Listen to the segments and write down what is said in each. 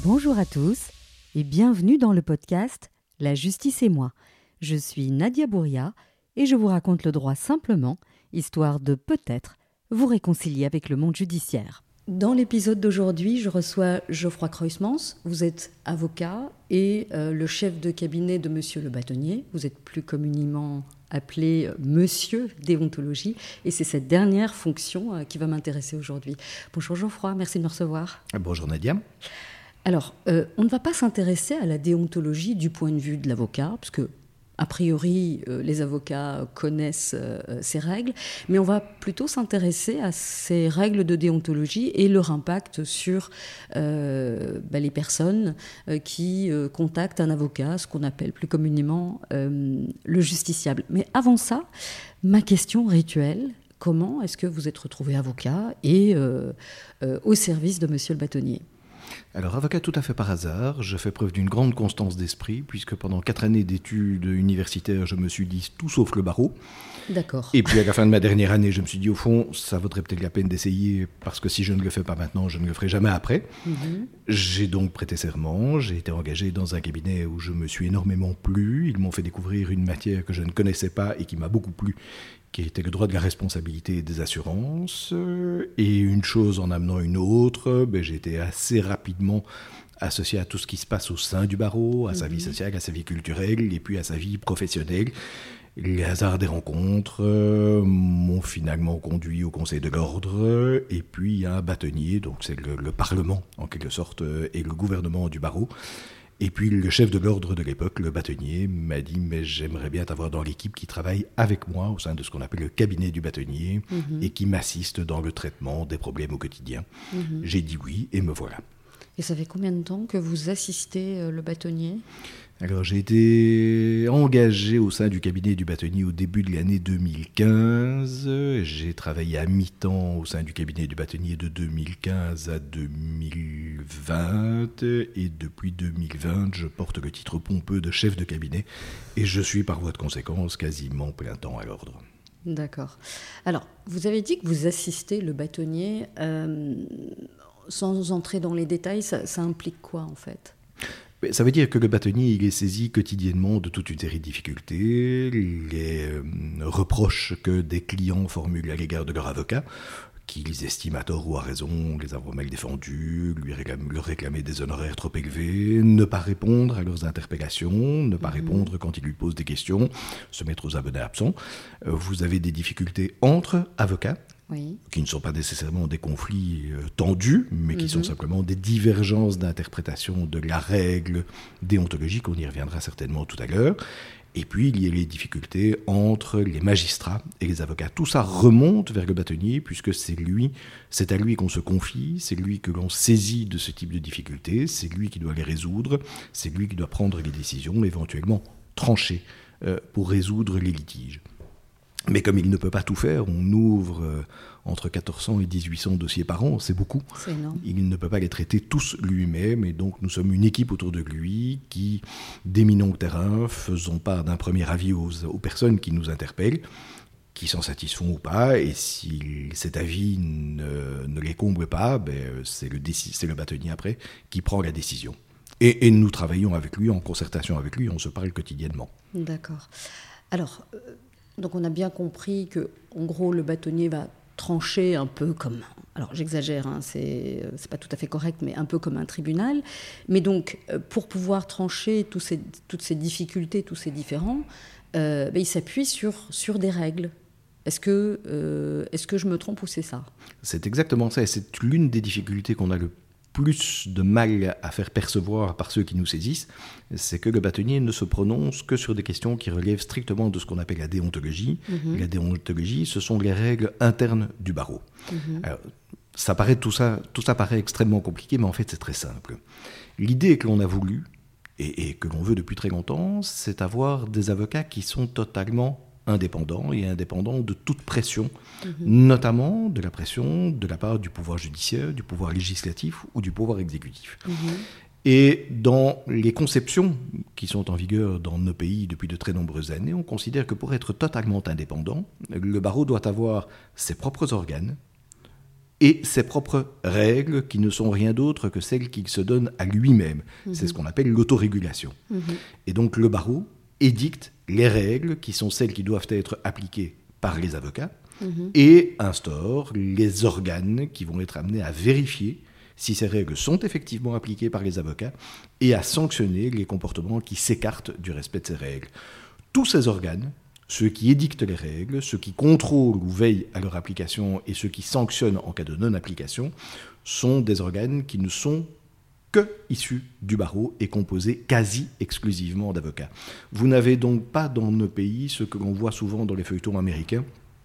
Bonjour à tous et bienvenue dans le podcast La justice et moi. Je suis Nadia Bouria et je vous raconte le droit simplement, histoire de peut-être vous réconcilier avec le monde judiciaire. Dans l'épisode d'aujourd'hui, je reçois Geoffroy Croismans. Vous êtes avocat et le chef de cabinet de Monsieur le Bâtonnier. Vous êtes plus communément appelé Monsieur Déontologie et c'est cette dernière fonction qui va m'intéresser aujourd'hui. Bonjour Geoffroy, merci de me recevoir. Bonjour Nadia. Alors, on ne va pas s'intéresser à la déontologie du point de vue de l'avocat, parce que, a priori, les avocats connaissent ces règles, mais on va plutôt s'intéresser à ces règles de déontologie et leur impact sur les personnes qui contactent un avocat, ce qu'on appelle plus communément le justiciable. Mais avant ça, ma question rituelle: comment est-ce que vous êtes retrouvé avocat et au service de Monsieur le Bâtonnier ? Alors, avocat tout à fait par hasard, je fais preuve d'une grande constance d'esprit, puisque pendant 4 années d'études universitaires, je me suis dit tout sauf le barreau. D'accord. Et puis à la fin de ma dernière année, je me suis dit au fond, ça vaudrait peut-être la peine d'essayer, parce que si je ne le fais pas maintenant, je ne le ferai jamais après. J'ai donc prêté serment, j'ai été engagé dans un cabinet où je me suis énormément plu. Ils m'ont fait découvrir une matière que je ne connaissais pas et qui m'a beaucoup plu, qui était le droit de la responsabilité des assurances. Et une chose en amenant une autre, j'ai été assez rapidement associé à tout ce qui se passe au sein du barreau, à sa vie sociale, à sa vie culturelle et puis à sa vie professionnelle. Les hasards des rencontres m'ont finalement conduit au Conseil de l'Ordre et puis à un bâtonnier, donc c'est le Parlement en quelque sorte, et le gouvernement du barreau. Et puis le chef de l'ordre de l'époque, le bâtonnier, m'a dit « mais j'aimerais bien t'avoir dans l'équipe qui travaille avec moi au sein de ce qu'on appelle le cabinet du bâtonnier et qui m'assiste dans le traitement des problèmes au quotidien ». J'ai dit oui et me voilà. Et ça fait combien de temps que vous assistez le bâtonnier ? Alors j'ai été engagé au sein du cabinet du bâtonnier au début de l'année 2015. J'ai travaillé à mi-temps au sein du cabinet du bâtonnier de 2015 à 2020. Et depuis 2020, je porte le titre pompeux de chef de cabinet. Et je suis par voie de conséquence quasiment plein temps à l'ordre. D'accord. Alors, vous avez dit que vous assistez le bâtonnier. Sans entrer dans les détails, ça implique quoi en fait ? Ça veut dire que le bâtonnier, il est saisi quotidiennement de toute une série de difficultés, les reproches que des clients formulent à l'égard de leur avocat, qu'ils estiment à tort ou à raison les avoir mal défendus, leur réclamer des honoraires trop élevés, ne pas répondre à leurs interpellations, ne pas répondre quand ils lui posent des questions, se mettre aux abonnés absents. Vous avez des difficultés entre avocats, qui ne sont pas nécessairement des conflits tendus, mais qui sont simplement des divergences d'interprétation de la règle déontologique, on y reviendra certainement tout à l'heure. Et puis, il y a les difficultés entre les magistrats et les avocats. Tout ça remonte vers le bâtonnier, puisque c'est à lui qu'on se confie, c'est lui que l'on saisit de ce type de difficultés, c'est lui qui doit les résoudre, c'est lui qui doit prendre les décisions, éventuellement trancher pour résoudre les litiges. Mais comme il ne peut pas tout faire, on ouvre entre 1400 et 1800 dossiers par an, c'est beaucoup. C'est énorme. Il ne peut pas les traiter tous lui-même, et donc nous sommes une équipe autour de lui qui, déminons le terrain, faisons part d'un premier avis aux personnes qui nous interpellent, qui s'en satisfont ou pas, et si cet avis ne les comble pas, c'est le bâtonnier après qui prend la décision. Et nous travaillons avec lui, en concertation avec lui, on se parle quotidiennement. D'accord. Alors... Donc on a bien compris que, en gros, le bâtonnier va trancher un peu comme, alors j'exagère, c'est pas tout à fait correct, mais un peu comme un tribunal. Mais donc, pour pouvoir trancher toutes ces difficultés, tous ces différends, il s'appuie sur des règles. Est-ce que je me trompe ou c'est ça ? C'est exactement ça, et c'est l'une des difficultés qu'on a le plus de mal à faire percevoir par ceux qui nous saisissent, c'est que le bâtonnier ne se prononce que sur des questions qui relèvent strictement de ce qu'on appelle la déontologie. La déontologie, ce sont les règles internes du barreau. Alors, tout ça paraît extrêmement compliqué, mais en fait c'est très simple. L'idée que l'on a voulu, et que l'on veut depuis très longtemps, c'est avoir des avocats qui sont totalement indépendants de toute pression, notamment de la pression de la part du pouvoir judiciaire, du pouvoir législatif ou du pouvoir exécutif. Et dans les conceptions qui sont en vigueur dans nos pays depuis de très nombreuses années, on considère que pour être totalement indépendant, le barreau doit avoir ses propres organes, et ses propres règles qui ne sont rien d'autre que celles qu'il se donne à lui-même. C'est ce qu'on appelle l'autorégulation. Et donc le barreau édicte les règles qui sont celles qui doivent être appliquées par les avocats et instaure les organes qui vont être amenés à vérifier si ces règles sont effectivement appliquées par les avocats et à sanctionner les comportements qui s'écartent du respect de ces règles. Tous ces organes, ceux qui édictent les règles, ceux qui contrôlent ou veillent à leur application et ceux qui sanctionnent en cas de non-application, sont des organes qui ne sont que issus du barreau et composés quasi exclusivement d'avocats. Vous n'avez donc pas dans nos pays ce que l'on voit souvent dans les feuilletons américains,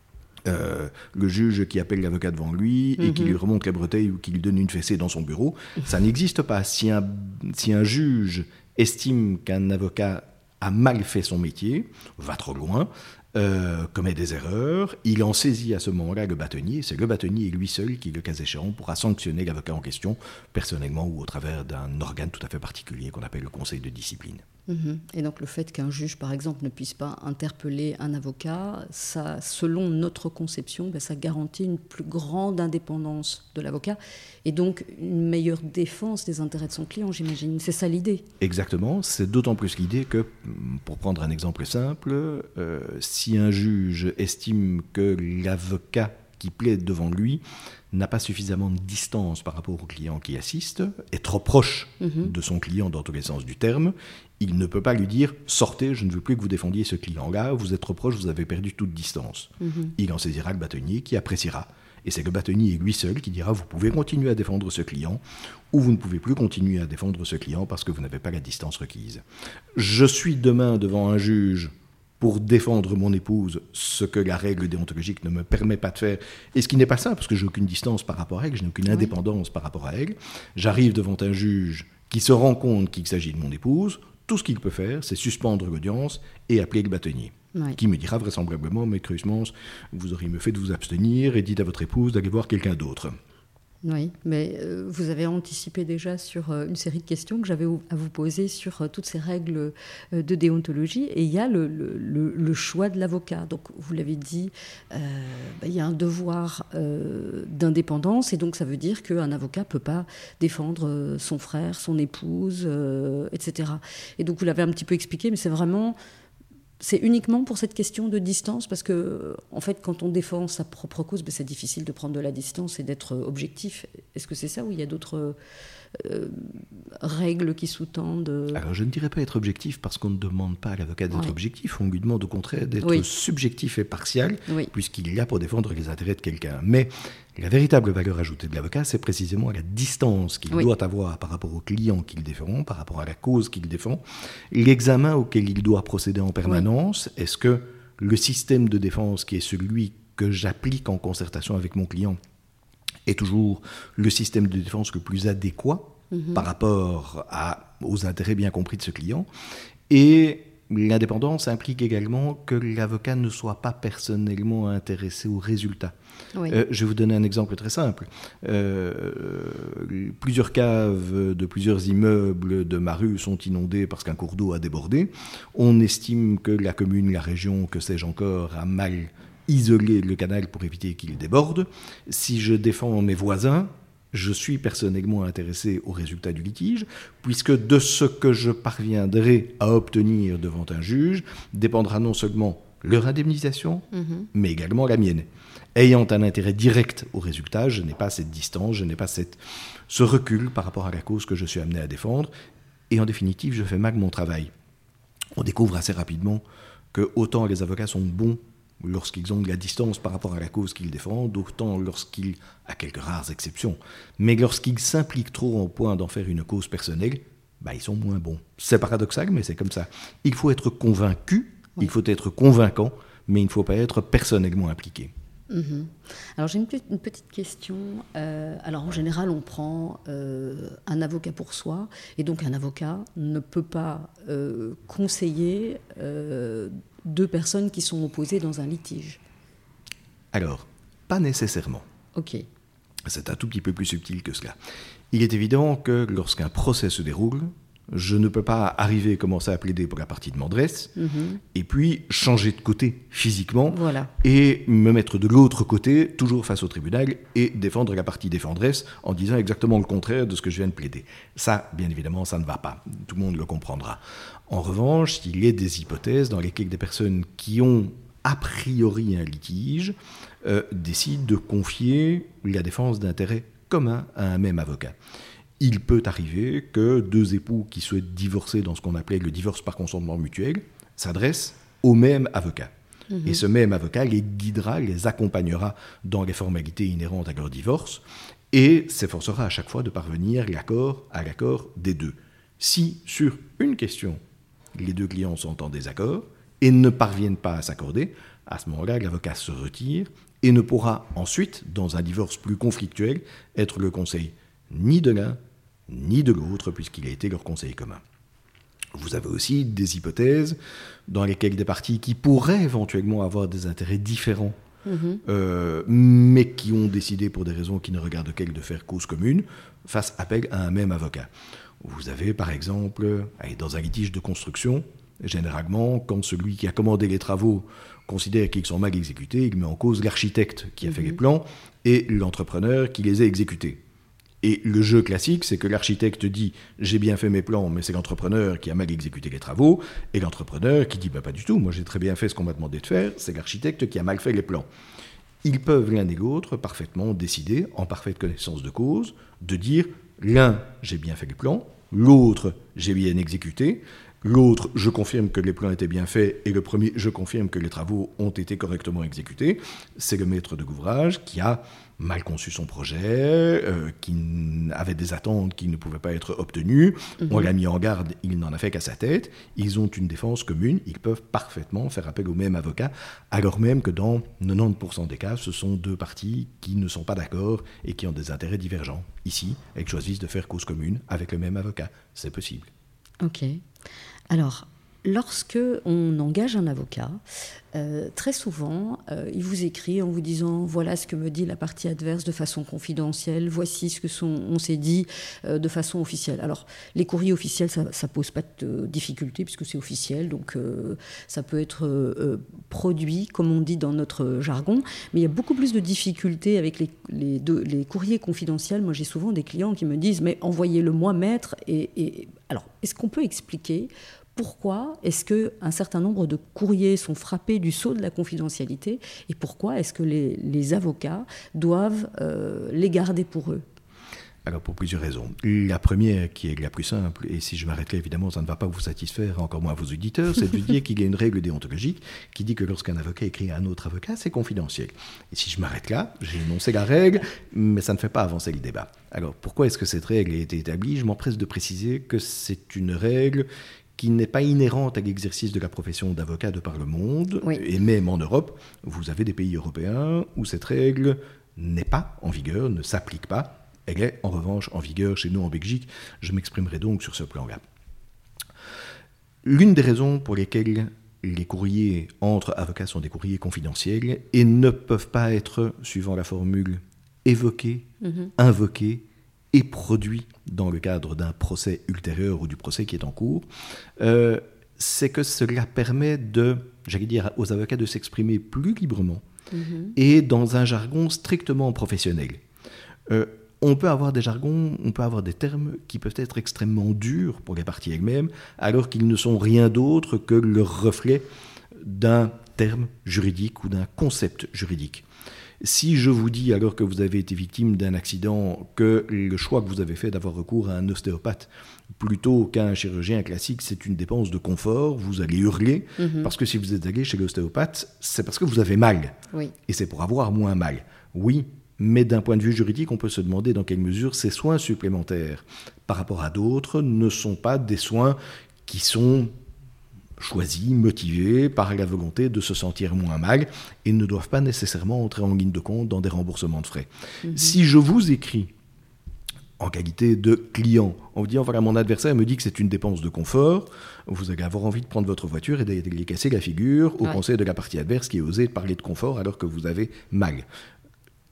le juge qui appelle l'avocat devant lui et qui lui remonte les bretelles ou qui lui donne une fessée dans son bureau. Ça n'existe pas. Si un juge estime qu'un avocat a mal fait son métier, va trop loin, commet des erreurs, il en saisit à ce moment-là le bâtonnier. C'est le bâtonnier lui seul qui, le cas échéant, pourra sanctionner l'avocat en question, personnellement ou au travers d'un organe tout à fait particulier qu'on appelle le conseil de discipline. Et donc le fait qu'un juge, par exemple, ne puisse pas interpeller un avocat, ça, selon notre conception, ça garantit une plus grande indépendance de l'avocat et donc une meilleure défense des intérêts de son client, j'imagine. C'est ça l'idée. Exactement. C'est d'autant plus l'idée que, pour prendre un exemple simple, si un juge estime que l'avocat qui plaide devant lui n'a pas suffisamment de distance par rapport au client qui assiste, est trop proche de son client dans tous les sens du terme, il ne peut pas lui dire « Sortez, je ne veux plus que vous défendiez ce client-là, vous êtes trop proche, vous avez perdu toute distance ». Il en saisira le bâtonnier qui appréciera. Et c'est le bâtonnier lui seul qui dira « Vous pouvez continuer à défendre ce client » ou « Vous ne pouvez plus continuer à défendre ce client parce que vous n'avez pas la distance requise ». Je suis demain devant un juge pour défendre mon épouse, ce que la règle déontologique ne me permet pas de faire, et ce qui n'est pas ça, parce que je n'ai aucune distance par rapport à elle, je n'ai aucune indépendance par rapport à elle. J'arrive devant un juge qui se rend compte qu'il s'agit de mon épouse, tout ce qu'il peut faire, c'est suspendre l'audience et appeler le bâtonnier, qui me dira vraisemblablement « Mais Cruismans, vous auriez mieux fait de vous abstenir et dites à votre épouse d'aller voir quelqu'un d'autre ». Oui, mais vous avez anticipé déjà sur une série de questions que j'avais à vous poser sur toutes ces règles de déontologie. Et il y a le choix de l'avocat. Donc, vous l'avez dit, il y a un devoir d'indépendance. Et donc, ça veut dire qu'un avocat ne peut pas défendre son frère, son épouse, etc. Et donc, vous l'avez un petit peu expliqué, mais c'est uniquement pour cette question de distance, parce que, en fait, quand on défend sa propre cause, c'est difficile de prendre de la distance et d'être objectif. Est-ce que c'est ça, ou il y a d'autres règles qui sous-tendent Alors, je ne dirais pas être objectif, parce qu'on ne demande pas à l'avocat d'être objectif. On lui demande au contraire d'être subjectif et partial, puisqu'il est là pour défendre les intérêts de quelqu'un. Mais la véritable valeur ajoutée de l'avocat, c'est précisément la distance qu'il doit avoir par rapport au client qu'il défend, par rapport à la cause qu'il défend, l'examen auquel il doit procéder en permanence. Est-ce que le système de défense qui est celui que j'applique en concertation avec mon client est toujours le système de défense le plus adéquat par rapport aux intérêts bien compris de ce client. Et l'indépendance implique également que l'avocat ne soit pas personnellement intéressé au résultat. Je vais vous donner un exemple très simple. Plusieurs caves de plusieurs immeubles de ma rue sont inondées parce qu'un cours d'eau a débordé. On estime que la commune, la région, que sais-je encore, a mal isolé le canal pour éviter qu'il déborde. Si je défends mes voisins, je suis personnellement intéressé au résultat du litige, puisque de ce que je parviendrai à obtenir devant un juge dépendra non seulement leur indemnisation, mais également la mienne. Ayant un intérêt direct au résultat, je n'ai pas cette distance, je n'ai pas ce recul par rapport à la cause que je suis amené à défendre, et en définitive, je fais mal mon travail. On découvre assez rapidement que autant les avocats sont bons lorsqu'ils ont de la distance par rapport à la cause qu'ils défendent, autant lorsqu'ils, à quelques rares exceptions, mais lorsqu'ils s'impliquent trop au point d'en faire une cause personnelle, ils sont moins bons. C'est paradoxal, mais c'est comme ça. Il faut être convaincu, il faut être convaincant, mais il ne faut pas être personnellement impliqué. Alors j'ai une petite question. Alors en général, on prend un avocat pour soi, et donc un avocat ne peut pas conseiller deux personnes qui sont opposées dans un litige. Alors, pas nécessairement. Ok. C'est un tout petit peu plus subtil que cela. Il est évident que lorsqu'un procès se déroule, Je ne peux pas arriver, commencer à plaider pour la partie demanderesse, et puis changer de côté physiquement, et me mettre de l'autre côté, toujours face au tribunal, et défendre la partie défenderesse en disant exactement le contraire de ce que je viens de plaider. Ça, bien évidemment, ça ne va pas. Tout le monde le comprendra. En revanche, il y a des hypothèses dans lesquelles des personnes qui ont a priori un litige décident de confier la défense d'intérêts communs à un même avocat. Il peut arriver que deux époux qui souhaitent divorcer dans ce qu'on appelait le divorce par consentement mutuel s'adressent au même avocat. Et ce même avocat les guidera, les accompagnera dans les formalités inhérentes à leur divorce et s'efforcera à chaque fois de parvenir à l'accord des deux. Si, sur une question, les deux clients sont en désaccord et ne parviennent pas à s'accorder, à ce moment-là, l'avocat se retire et ne pourra ensuite, dans un divorce plus conflictuel, être le conseil ni de l'un ni de l'autre, puisqu'il a été leur conseil commun. Vous avez aussi des hypothèses dans lesquelles des parties qui pourraient éventuellement avoir des intérêts différents, mais qui ont décidé, pour des raisons qui ne regardent qu'elles, de faire cause commune, fassent appel à un même avocat. Vous avez, par exemple, dans un litige de construction, généralement, quand celui qui a commandé les travaux considère qu'ils sont mal exécutés, il met en cause l'architecte qui a fait les plans et l'entrepreneur qui les a exécutés. Et le jeu classique, c'est que l'architecte dit « j'ai bien fait mes plans, mais c'est l'entrepreneur qui a mal exécuté les travaux », et l'entrepreneur qui dit « pas du tout, moi j'ai très bien fait ce qu'on m'a demandé de faire, c'est l'architecte qui a mal fait les plans ». Ils peuvent l'un et l'autre parfaitement décider, en parfaite connaissance de cause, de dire « l'un, j'ai bien fait les plans, l'autre, j'ai bien exécuté ». L'autre, je confirme que les plans étaient bien faits, et le premier, je confirme que les travaux ont été correctement exécutés. C'est le maître de l'ouvrage qui a mal conçu son projet, qui avait des attentes qui ne pouvaient pas être obtenues. On l'a mis en garde, il n'en a fait qu'à sa tête. Ils ont une défense commune, ils peuvent parfaitement faire appel au même avocat, alors même que dans 90% des cas, ce sont deux parties qui ne sont pas d'accord et qui ont des intérêts divergents. Ici, elles choisissent de faire cause commune avec le même avocat. C'est possible. Ok. Alors, lorsque on engage un avocat, très souvent, il vous écrit en vous disant « voilà ce que me dit la partie adverse de façon confidentielle, voici ce que on s'est dit de façon officielle ». Alors, les courriers officiels, ça ne pose pas de difficulté puisque c'est officiel, donc ça peut être produit, comme on dit dans notre jargon, mais il y a beaucoup plus de difficultés avec les courriers confidentiels. Moi, j'ai souvent des clients qui me disent « mais envoyez-le-moi, maître ». Alors, est-ce qu'on peut expliquer pourquoi est-ce qu'un certain nombre de courriers sont frappés du sceau de la confidentialité et pourquoi est-ce que les avocats doivent les garder pour eux ? Alors, pour plusieurs raisons. La première, qui est la plus simple, et si je m'arrête là, évidemment, ça ne va pas vous satisfaire, encore moins vos auditeurs, c'est de dire qu'il y a une règle déontologique qui dit que lorsqu'un avocat écrit à un autre avocat, c'est confidentiel. Et si je m'arrête là, j'ai énoncé la règle, mais ça ne fait pas avancer le débat. Alors, pourquoi est-ce que cette règle a été établie ? Je m'empresse de préciser que c'est une règle qui n'est pas inhérente à l'exercice de la profession d'avocat de par le monde, et même en Europe, vous avez des pays européens où cette règle n'est pas en vigueur, ne s'applique pas. Elle est en revanche en vigueur chez nous en Belgique. Je m'exprimerai donc sur ce plan-là. L'une des raisons pour lesquelles les courriers entre avocats sont des courriers confidentiels et ne peuvent pas être, suivant la formule, évoqués, invoqués et produits dans le cadre d'un procès ultérieur ou du procès qui est en cours, c'est que cela permet aux avocats de s'exprimer plus librement et dans un jargon strictement professionnel. On peut avoir des jargons, on peut avoir des termes qui peuvent être extrêmement durs pour les parties elles-mêmes, alors qu'ils ne sont rien d'autre que le reflet d'un terme juridique ou d'un concept juridique. Si je vous dis, alors que vous avez été victime d'un accident, que le choix que vous avez fait d'avoir recours à un ostéopathe plutôt qu'à un chirurgien classique, c'est une dépense de confort, vous allez hurler, parce que si vous êtes allé chez l'ostéopathe, c'est parce que vous avez mal. Et c'est pour avoir moins mal. Oui, mais d'un point de vue juridique, on peut se demander dans quelle mesure ces soins supplémentaires, par rapport à d'autres, ne sont pas des soins qui sont choisis, motivés par la volonté de se sentir moins mal et ne doivent pas nécessairement entrer en ligne de compte dans des remboursements de frais. Si je vous écris en qualité de client, en vous disant voilà, mon adversaire me dit que c'est une dépense de confort, vous allez avoir envie de prendre votre voiture et d'aller casser la figure au conseil de la partie adverse qui a osé parler de confort alors que vous avez mal.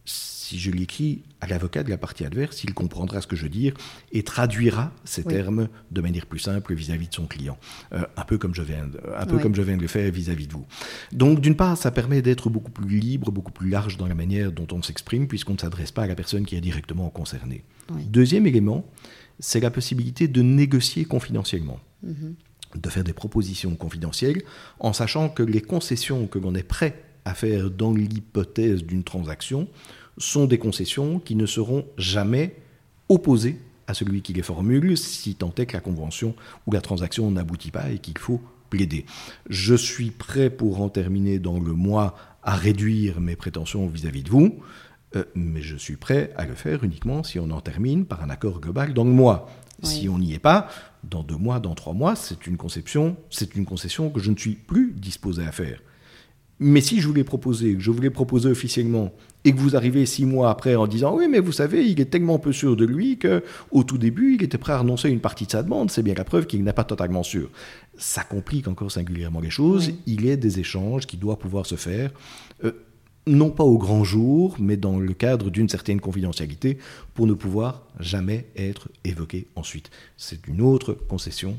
si je l'écris à l'avocat de la partie adverse, il comprendra ce que je veux dire et traduira ces termes de manière plus simple vis-à-vis de son client. Un peu comme je viens de le faire vis-à-vis de vous. Donc, d'une part, ça permet d'être beaucoup plus libre, beaucoup plus large dans la manière dont on s'exprime, puisqu'on ne s'adresse pas à la personne qui est directement concernée. Oui. Deuxième élément, c'est la possibilité de négocier confidentiellement. De faire des propositions confidentielles, en sachant que les concessions que l'on est prêt à faire dans l'hypothèse d'une transaction sont des concessions qui ne seront jamais opposées à celui qui les formule, si tant est que la convention ou la transaction n'aboutit pas et qu'il faut plaider. Je suis prêt, pour en terminer dans le mois, à réduire mes prétentions vis-à-vis de vous, mais je suis prêt à le faire uniquement si on en termine par un accord global dans le mois. Oui. Si on n'y est pas, dans 2 mois, dans 3 mois, c'est une concession que je ne suis plus disposé à faire. Mais si je vous l'ai proposé, que je vous l'ai proposé officiellement, et que vous arrivez 6 mois après en disant « Oui, mais vous savez, il est tellement peu sûr de lui qu'au tout début, il était prêt à renoncer à une partie de sa demande. C'est bien la preuve qu'il n'est pas totalement sûr. » Ça complique encore singulièrement les choses. Oui. Il y a des échanges qui doivent pouvoir se faire, non pas au grand jour, mais dans le cadre d'une certaine confidentialité, pour ne pouvoir jamais être évoqué ensuite. C'est une autre conception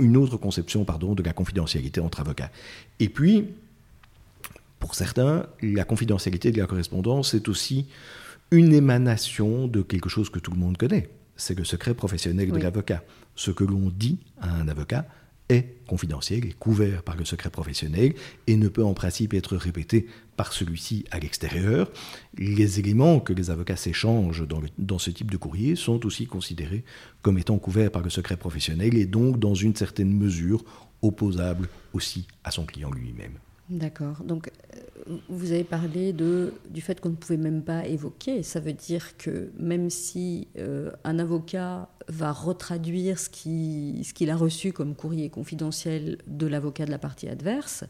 de la confidentialité entre avocats. Et puis, pour certains, la confidentialité de la correspondance est aussi une émanation de quelque chose que tout le monde connaît. C'est le secret professionnel de l'avocat. Ce que l'on dit à un avocat est confidentiel, est couvert par le secret professionnel et ne peut en principe être répété par celui-ci à l'extérieur. Les éléments que les avocats s'échangent dans ce type de courrier sont aussi considérés comme étant couverts par le secret professionnel et donc dans une certaine mesure opposables aussi à son client lui-même. D'accord. Donc, vous avez parlé du fait qu'on ne pouvait même pas évoquer. Ça veut dire que même si un avocat va retraduire ce qu'il a reçu comme courrier confidentiel de l'avocat de la partie adverse,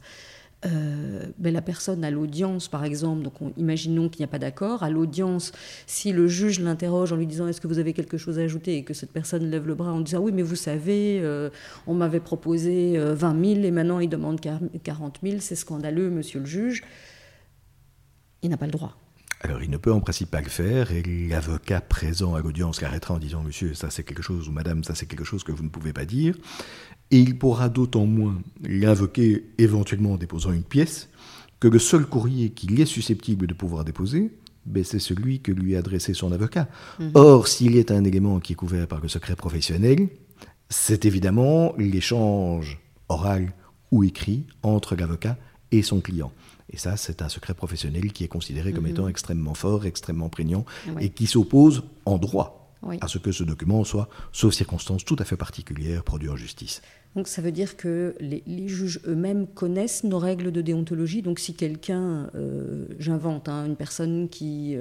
la personne à l'audience, par exemple, donc imaginons qu'il n'y a pas d'accord, à l'audience, si le juge l'interroge en lui disant « Est-ce que vous avez quelque chose à ajouter ?» et que cette personne lève le bras en disant « Oui, mais vous savez, on m'avait proposé 20 000 et maintenant il demande 40 000, c'est scandaleux, monsieur le juge. » Il n'a pas le droit. Alors, il ne peut en principe pas le faire et l'avocat présent à l'audience l'arrêtera en disant « Monsieur, ça c'est quelque chose » ou « Madame, ça c'est quelque chose que vous ne pouvez pas dire ». Et il pourra d'autant moins l'invoquer éventuellement en déposant une pièce que le seul courrier qu'il est susceptible de pouvoir déposer, c'est celui que lui a adressé son avocat. Or, s'il est un élément qui est couvert par le secret professionnel, c'est évidemment l'échange oral ou écrit entre l'avocat et son client. Et ça, c'est un secret professionnel qui est considéré comme étant extrêmement fort, extrêmement prégnant et qui s'oppose en droit à ce que ce document soit, sauf circonstances tout à fait particulières, produit en justice. Donc ça veut dire que les juges eux-mêmes connaissent nos règles de déontologie. Donc si quelqu'un, j'invente, une personne qui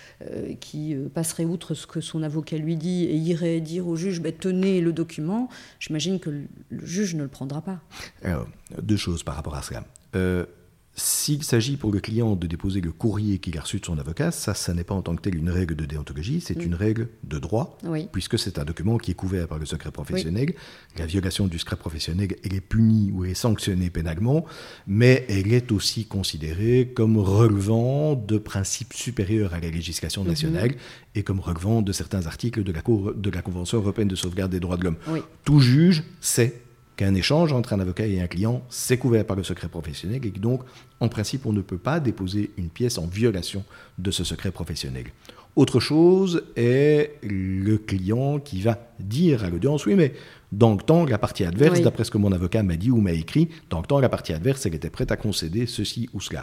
passerait outre ce que son avocat lui dit et irait dire au juge « tenez le document », j'imagine que le juge ne le prendra pas. Alors, 2 choses par rapport à cela. S'il s'agit pour le client de déposer le courrier qu'il a reçu de son avocat, ça n'est pas en tant que tel une règle de déontologie, c'est une règle de droit, puisque c'est un document qui est couvert par le secret professionnel. La violation du secret professionnel, elle est punie ou elle est sanctionnée pénalement, mais elle est aussi considérée comme relevant de principes supérieurs à la législation nationale et comme relevant de certains articles de la Convention européenne de sauvegarde des droits de l'homme. Tout juge sait qu'un échange entre un avocat et un client, c'est couvert par le secret professionnel et que donc, en principe, on ne peut pas déposer une pièce en violation de ce secret professionnel. Autre chose est le client qui va dire à l'audience « Oui, mais dans le temps, la partie adverse, d'après ce que mon avocat m'a dit ou m'a écrit, dans le temps, la partie adverse, elle était prête à concéder ceci ou cela. »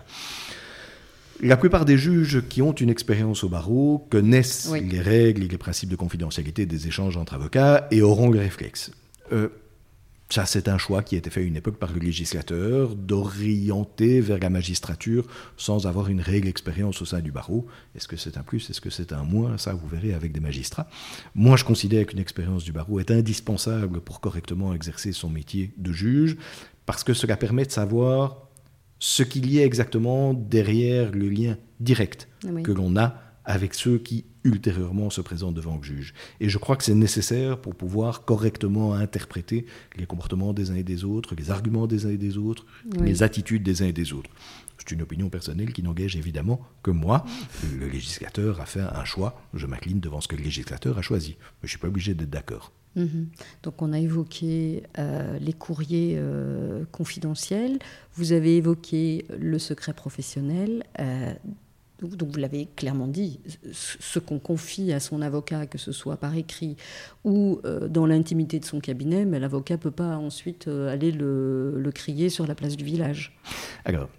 La plupart des juges qui ont une expérience au barreau connaissent les règles et les principes de confidentialité des échanges entre avocats et auront le réflexe. Ça, c'est un choix qui a été fait à une époque par le législateur, d'orienter vers la magistrature sans avoir une réelle expérience au sein du barreau. Est-ce que c'est un plus? Est-ce que c'est un moins? Ça, vous verrez avec des magistrats. Moi, je considère qu'une expérience du barreau est indispensable pour correctement exercer son métier de juge, parce que cela permet de savoir ce qu'il y a exactement derrière le lien direct que l'on a avec ceux qui ultérieurement se présentent devant le juge. Et je crois que c'est nécessaire pour pouvoir correctement interpréter les comportements des uns et des autres, les arguments des uns et des autres, les attitudes des uns et des autres. C'est une opinion personnelle qui n'engage évidemment que moi. Le législateur a fait un choix, je m'incline devant ce que le législateur a choisi. Mais je ne suis pas obligé d'être d'accord. Donc on a évoqué les courriers confidentiels, vous avez évoqué le secret professionnel, donc vous l'avez clairement dit, ce qu'on confie à son avocat, que ce soit par écrit ou dans l'intimité de son cabinet, mais l'avocat ne peut pas ensuite aller le crier sur la place du village. Alors,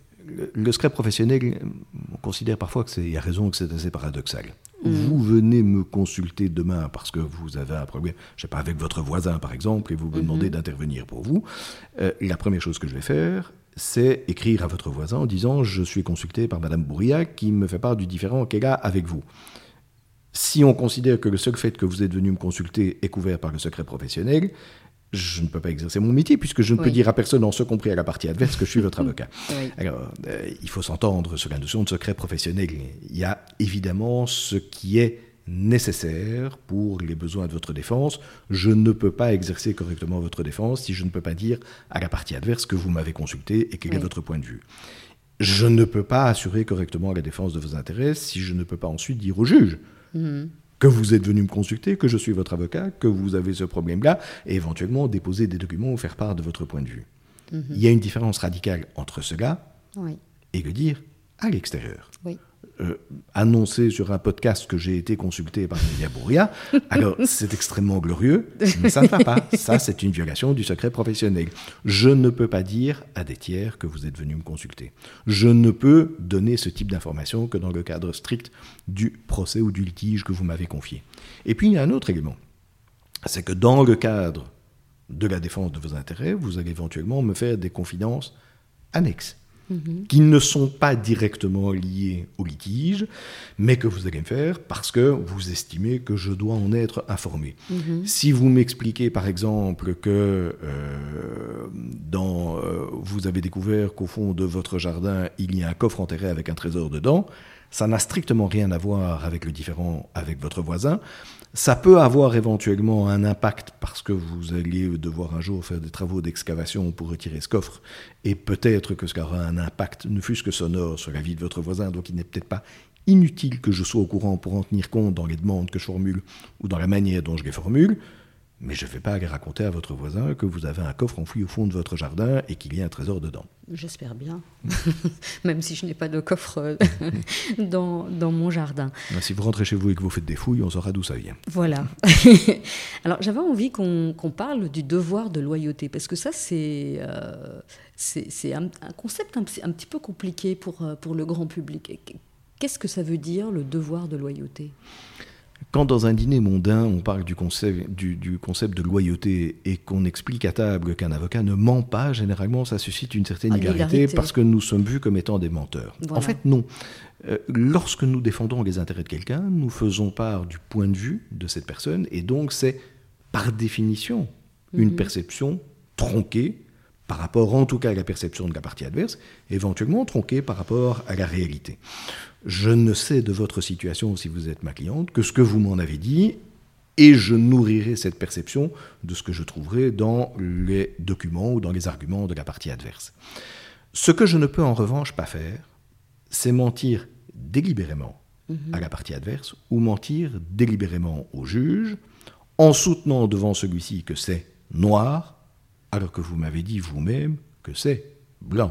le secret professionnel, on considère parfois qu'il y a raison que c'est assez paradoxal. Vous venez me consulter demain parce que vous avez un problème, je ne sais pas, avec votre voisin par exemple, et vous me demandez d'intervenir pour vous. La première chose que je vais faire, c'est écrire à votre voisin en disant « Je suis consulté par Madame Bourriac qui me fait part du différend qu'elle a avec vous ». Si on considère que le seul fait que vous êtes venu me consulter est couvert par le secret professionnel, je ne peux pas exercer mon métier puisque je ne peux dire à personne, en ce compris à la partie adverse, que je suis votre avocat. Alors, il faut s'entendre sur la notion de secret professionnel. Il y a évidemment ce qui est nécessaire pour les besoins de votre défense. Je ne peux pas exercer correctement votre défense si je ne peux pas dire à la partie adverse que vous m'avez consulté et quel est votre point de vue. Je ne peux pas assurer correctement la défense de vos intérêts si je ne peux pas ensuite dire au juge que vous êtes venu me consulter, que je suis votre avocat, que vous avez ce problème-là, et éventuellement déposer des documents ou faire part de votre point de vue. Il y a une différence radicale entre cela et le dire à l'extérieur. Annoncer sur un podcast que j'ai été consulté par Média Bourria, alors c'est extrêmement glorieux, mais ça ne va pas. Ça, c'est une violation du secret professionnel. Je ne peux pas dire à des tiers que vous êtes venu me consulter. Je ne peux donner ce type d'information que dans le cadre strict du procès ou du litige que vous m'avez confié. Et puis, il y a un autre élément. C'est que dans le cadre de la défense de vos intérêts, vous allez éventuellement me faire des confidences annexes, qui ne sont pas directement liés au litige, mais que vous allez me faire parce que vous estimez que je dois en être informé. Si vous m'expliquez, par exemple, que vous avez découvert qu'au fond de votre jardin, il y a un coffre enterré avec un trésor dedans, ça n'a strictement rien à voir avec le différend avec votre voisin. Ça peut avoir éventuellement un impact parce que vous allez devoir un jour faire des travaux d'excavation pour retirer ce coffre et peut-être que ça aura un impact, ne fût-ce que sonore, sur la vie de votre voisin. Donc il n'est peut-être pas inutile que je sois au courant pour en tenir compte dans les demandes que je formule ou dans la manière dont je les formule. Mais je ne vais pas aller raconter à votre voisin que vous avez un coffre enfoui au fond de votre jardin et qu'il y a un trésor dedans. J'espère bien, même si je n'ai pas de coffre dans mon jardin. Si vous rentrez chez vous et que vous faites des fouilles, on saura d'où ça vient. Voilà. Alors j'avais envie qu'on parle du devoir de loyauté, parce que ça c'est un concept un petit peu compliqué pour le grand public. Qu'est-ce que ça veut dire, le devoir de loyauté ? Quand dans un dîner mondain, on parle du concept de loyauté et qu'on explique à table qu'un avocat ne ment pas, généralement ça suscite une certaine hilarité parce que nous sommes vus comme étant des menteurs. Voilà. En fait, non. Lorsque nous défendons les intérêts de quelqu'un, nous faisons part du point de vue de cette personne et donc c'est par définition une perception tronquée par rapport en tout cas à la perception de la partie adverse, éventuellement tronquée par rapport à la réalité. Je ne sais de votre situation, si vous êtes ma cliente, que ce que vous m'en avez dit, et je nourrirai cette perception de ce que je trouverai dans les documents ou dans les arguments de la partie adverse. Ce que je ne peux en revanche pas faire, c'est mentir délibérément à la partie adverse ou mentir délibérément au juge en soutenant devant celui-ci que c'est noir, alors que vous m'avez dit vous-même que c'est blanc.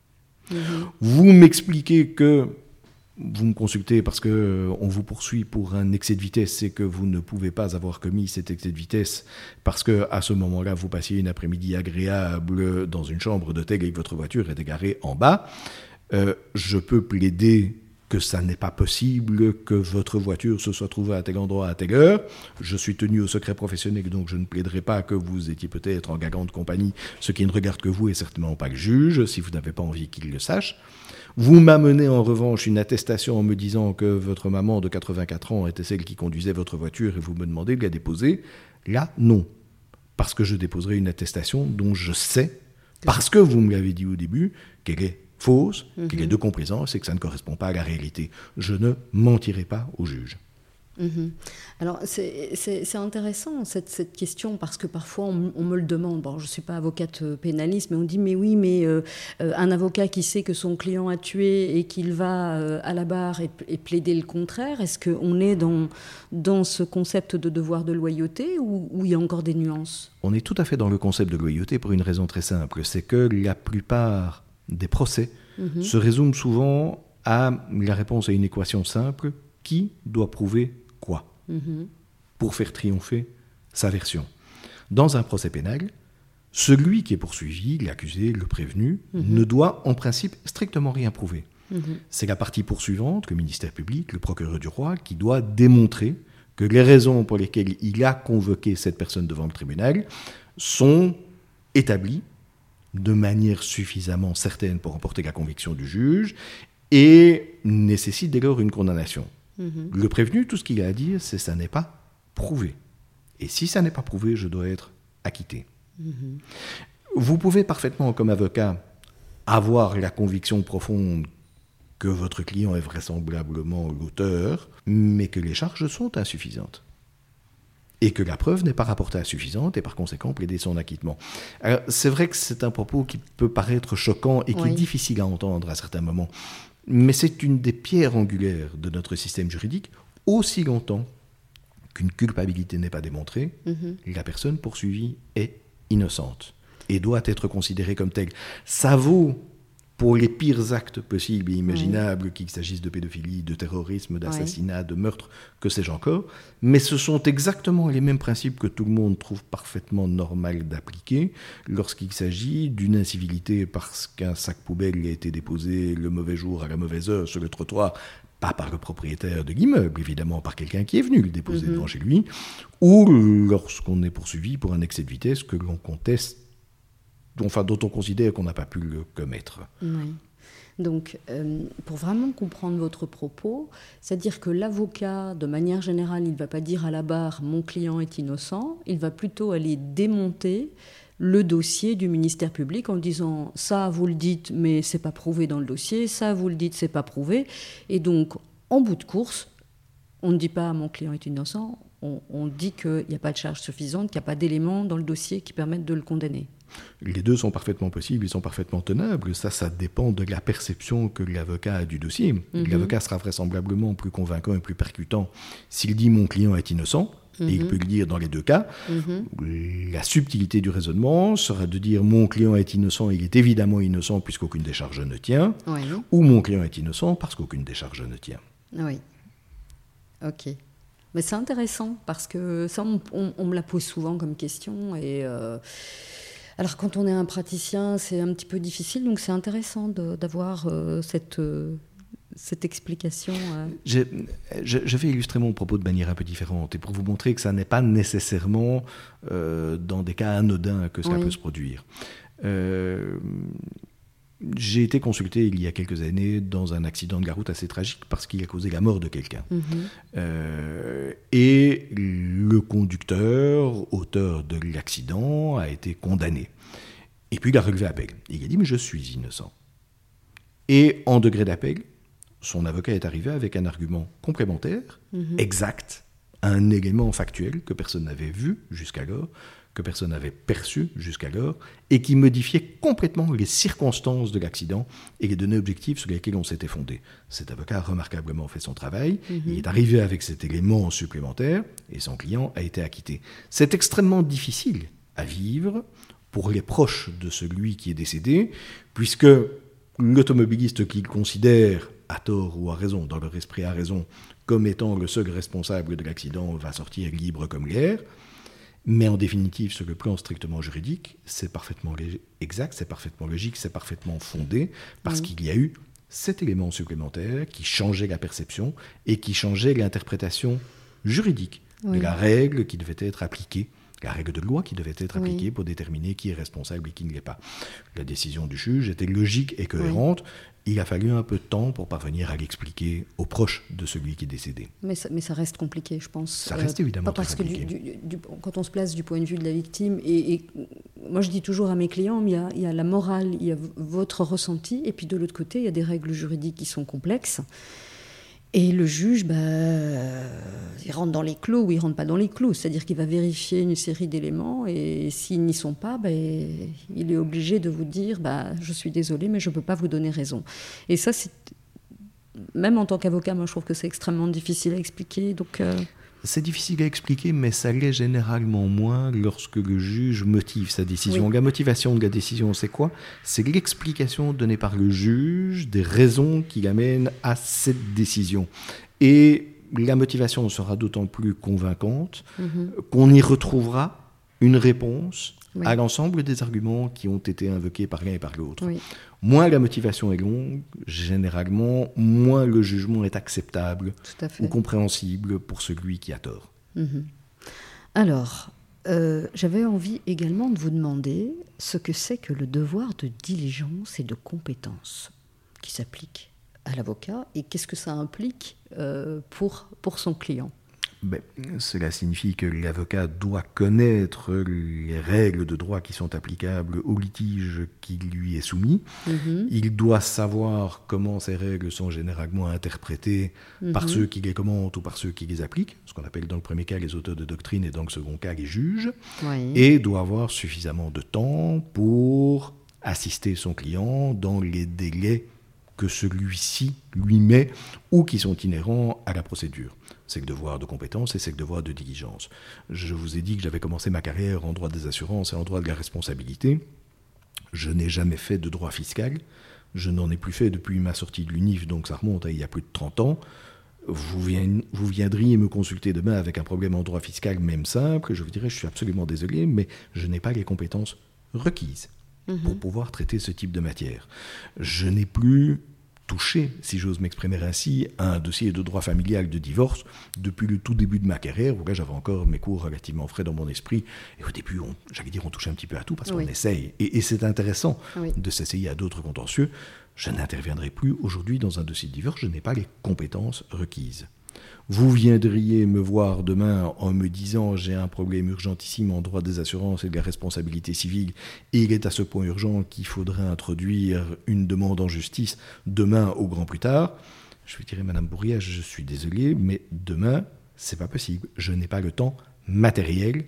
Vous m'expliquez que vous me consultez parce qu'on vous poursuit pour un excès de vitesse et que vous ne pouvez pas avoir commis cet excès de vitesse parce qu'à ce moment-là, vous passiez une après-midi agréable dans une chambre d'hôtel et que votre voiture est garée en bas. Je peux plaider que ça n'est pas possible que votre voiture se soit trouvée à tel endroit à telle heure. Je suis tenu au secret professionnel, donc je ne plaiderai pas que vous étiez peut-être en gagnant de compagnie, ce qui ne regarde que vous et certainement pas le juge, si vous n'avez pas envie qu'il le sache. Vous m'amenez en revanche une attestation en me disant que votre maman de 84 ans était celle qui conduisait votre voiture et vous me demandez de la déposer. Là, non. Parce que je déposerai une attestation dont je sais, parce que vous me l'avez dit au début, qu'elle est fausse, qu'il y ait de complaisance et que ça ne correspond pas à la réalité. Je ne mentirai pas au juge. Alors, c'est intéressant cette question parce que parfois on me le demande. Bon, je ne suis pas avocate pénaliste, mais on dit mais oui, mais un avocat qui sait que son client a tué et qu'il va à la barre et plaider le contraire, est-ce qu'on est dans ce concept de devoir de loyauté ou il y a encore des nuances ? On est tout à fait dans le concept de loyauté pour une raison très simple, c'est que la plupart des procès se résument souvent à la réponse à une équation simple: qui doit prouver quoi pour faire triompher sa version. Dans un procès pénal, celui qui est poursuivi, l'accusé, le prévenu, ne doit en principe strictement rien prouver. C'est la partie poursuivante, le ministère public, le procureur du roi, qui doit démontrer que les raisons pour lesquelles il a convoqué cette personne devant le tribunal sont établies de manière suffisamment certaine pour emporter la conviction du juge et nécessitent dès lors une condamnation. Le prévenu, tout ce qu'il a à dire, c'est « ça n'est pas prouvé ». Et si ça n'est pas prouvé, je dois être acquitté. Vous pouvez parfaitement, comme avocat, avoir la conviction profonde que votre client est vraisemblablement l'auteur, mais que les charges sont insuffisantes. Et que la preuve n'est pas rapportée à suffisante, et par conséquent plaider son acquittement. Alors, c'est vrai que c'est un propos qui peut paraître choquant et qui est difficile à entendre à certains moments. Mais c'est une des pierres angulaires de notre système juridique. Aussi longtemps qu'une culpabilité n'est pas démontrée, la personne poursuivie est innocente et doit être considérée comme telle. Ça vaut pour les pires actes possibles et imaginables, qu'il s'agisse de pédophilie, de terrorisme, d'assassinat, de meurtre, que sais-je encore. Mais ce sont exactement les mêmes principes que tout le monde trouve parfaitement normal d'appliquer lorsqu'il s'agit d'une incivilité parce qu'un sac poubelle a été déposé le mauvais jour à la mauvaise heure sur le trottoir, pas par le propriétaire de l'immeuble, évidemment par quelqu'un qui est venu le déposer devant chez lui, ou lorsqu'on est poursuivi pour un excès de vitesse que l'on conteste, dont on considère qu'on n'a pas pu le commettre. Oui. Donc, pour vraiment comprendre votre propos, c'est-à-dire que l'avocat, de manière générale, il ne va pas dire à la barre « mon client est innocent », il va plutôt aller démonter le dossier du ministère public en disant « ça, vous le dites, mais ce n'est pas prouvé dans le dossier, ça, vous le dites, ce n'est pas prouvé ». Et donc, en bout de course, on ne dit pas « mon client est innocent », on dit qu'il n'y a pas de charge suffisante, qu'il n'y a pas d'éléments dans le dossier qui permettent de le condamner. Les deux sont parfaitement possibles, ils sont parfaitement tenables. Ça dépend de la perception que l'avocat a du dossier. L'avocat sera vraisemblablement plus convaincant et plus percutant s'il dit « mon client est innocent », et il peut le dire dans les deux cas. La subtilité du raisonnement sera de dire « mon client est innocent, il est évidemment innocent puisqu'aucune des charges ne tient », ou « mon client est innocent parce qu'aucune des charges ne tient ». Oui, ok. Mais c'est intéressant parce que ça, on me la pose souvent comme question et... Alors, quand on est un praticien, c'est un petit peu difficile, donc c'est intéressant d'avoir cette explication. Je vais illustrer mon propos de manière un peu différente, et pour vous montrer que ça n'est pas nécessairement dans des cas anodins que cela peut se produire. J'ai été consulté il y a quelques années dans un accident de la route assez tragique parce qu'il a causé la mort de quelqu'un. Et le conducteur, auteur de l'accident, a été condamné. Et puis il a relevé appel. Il a dit « mais je suis innocent ». Et en degré d'appel, son avocat est arrivé avec un argument complémentaire, exact, un élément factuel que personne n'avait vu jusqu'alors, que personne n'avait perçu jusqu'alors, et qui modifiait complètement les circonstances de l'accident et les données objectives sur lesquelles on s'était fondé. Cet avocat a remarquablement fait son travail, il est arrivé avec cet élément supplémentaire, et son client a été acquitté. C'est extrêmement difficile à vivre pour les proches de celui qui est décédé, puisque l'automobiliste qu'il considère, à tort ou à raison, dans leur esprit à raison, comme étant le seul responsable de l'accident, va sortir libre comme l'air. Mais en définitive, sur le plan strictement juridique, c'est parfaitement exact, c'est parfaitement logique, c'est parfaitement fondé, parce qu'il y a eu cet élément supplémentaire qui changeait la perception et qui changeait l'interprétation juridique de la règle qui devait être appliquée la règle de loi qui devait être appliquée pour déterminer qui est responsable et qui ne l'est pas. La décision du juge était logique et cohérente. Il a fallu un peu de temps pour parvenir à l'expliquer aux proches de celui qui est décédé. Mais ça reste compliqué, je pense. Ça reste évidemment très compliqué. Parce que quand on se place du point de vue de la victime, et moi je dis toujours à mes clients, il y a la morale, il y a votre ressenti, et puis de l'autre côté, il y a des règles juridiques qui sont complexes. Et le juge, il rentre dans les clous ou il ne rentre pas dans les clous. C'est-à-dire qu'il va vérifier une série d'éléments et s'ils n'y sont pas, il est obligé de vous dire je suis désolé, mais je ne peux pas vous donner raison. Et ça, même en tant qu'avocat, moi je trouve que c'est extrêmement difficile à expliquer. Donc, C'est difficile à expliquer, mais ça l'est généralement moins lorsque le juge motive sa décision. La motivation de la décision, c'est quoi ? C'est l'explication donnée par le juge des raisons qui l'amènent à cette décision. Et la motivation sera d'autant plus convaincante qu'on y retrouvera une réponse à l'ensemble des arguments qui ont été invoqués par l'un et par l'autre. Moins la motivation est longue, généralement, moins le jugement est acceptable ou compréhensible pour celui qui a tort. Alors, j'avais envie également de vous demander ce que c'est que le devoir de diligence et de compétence qui s'applique à l'avocat et qu'est-ce que ça implique pour son client. Cela signifie que l'avocat doit connaître les règles de droit qui sont applicables au litige qui lui est soumis. Il doit savoir comment ces règles sont généralement interprétées par ceux qui les commentent ou par ceux qui les appliquent, ce qu'on appelle dans le premier cas les auteurs de doctrine et dans le second cas les juges, et doit avoir suffisamment de temps pour assister son client dans les délais que celui-ci lui met ou qui sont inhérents à la procédure. C'est le devoir de compétence et c'est le devoir de diligence. Je vous ai dit que j'avais commencé ma carrière en droit des assurances et en droit de la responsabilité. Je n'ai jamais fait de droit fiscal. Je n'en ai plus fait depuis ma sortie de l'UNIF, donc ça remonte à il y a plus de 30 ans. Vous viendriez me consulter demain avec un problème en droit fiscal, même simple, je vous dirais je suis absolument désolé, mais je n'ai pas les compétences requises pour pouvoir traiter ce type de matière. Je n'ai plus touché, si j'ose m'exprimer ainsi, à un dossier de droit familial de divorce depuis le tout début de ma carrière, où là j'avais encore mes cours relativement frais dans mon esprit, et au début, on touchait un petit peu à tout parce qu'on essaye, et c'est intéressant de s'essayer à d'autres contentieux. Je n'interviendrai plus aujourd'hui dans un dossier de divorce, je n'ai pas les compétences requises. Vous viendriez me voir demain en me disant « j'ai un problème urgentissime en droit des assurances et de la responsabilité civile et il est à ce point urgent qu'il faudrait introduire une demande en justice demain au grand plus tard », je vous dirais « Madame Bourriage, je suis désolé, mais demain, c'est pas possible. Je n'ai pas le temps matériel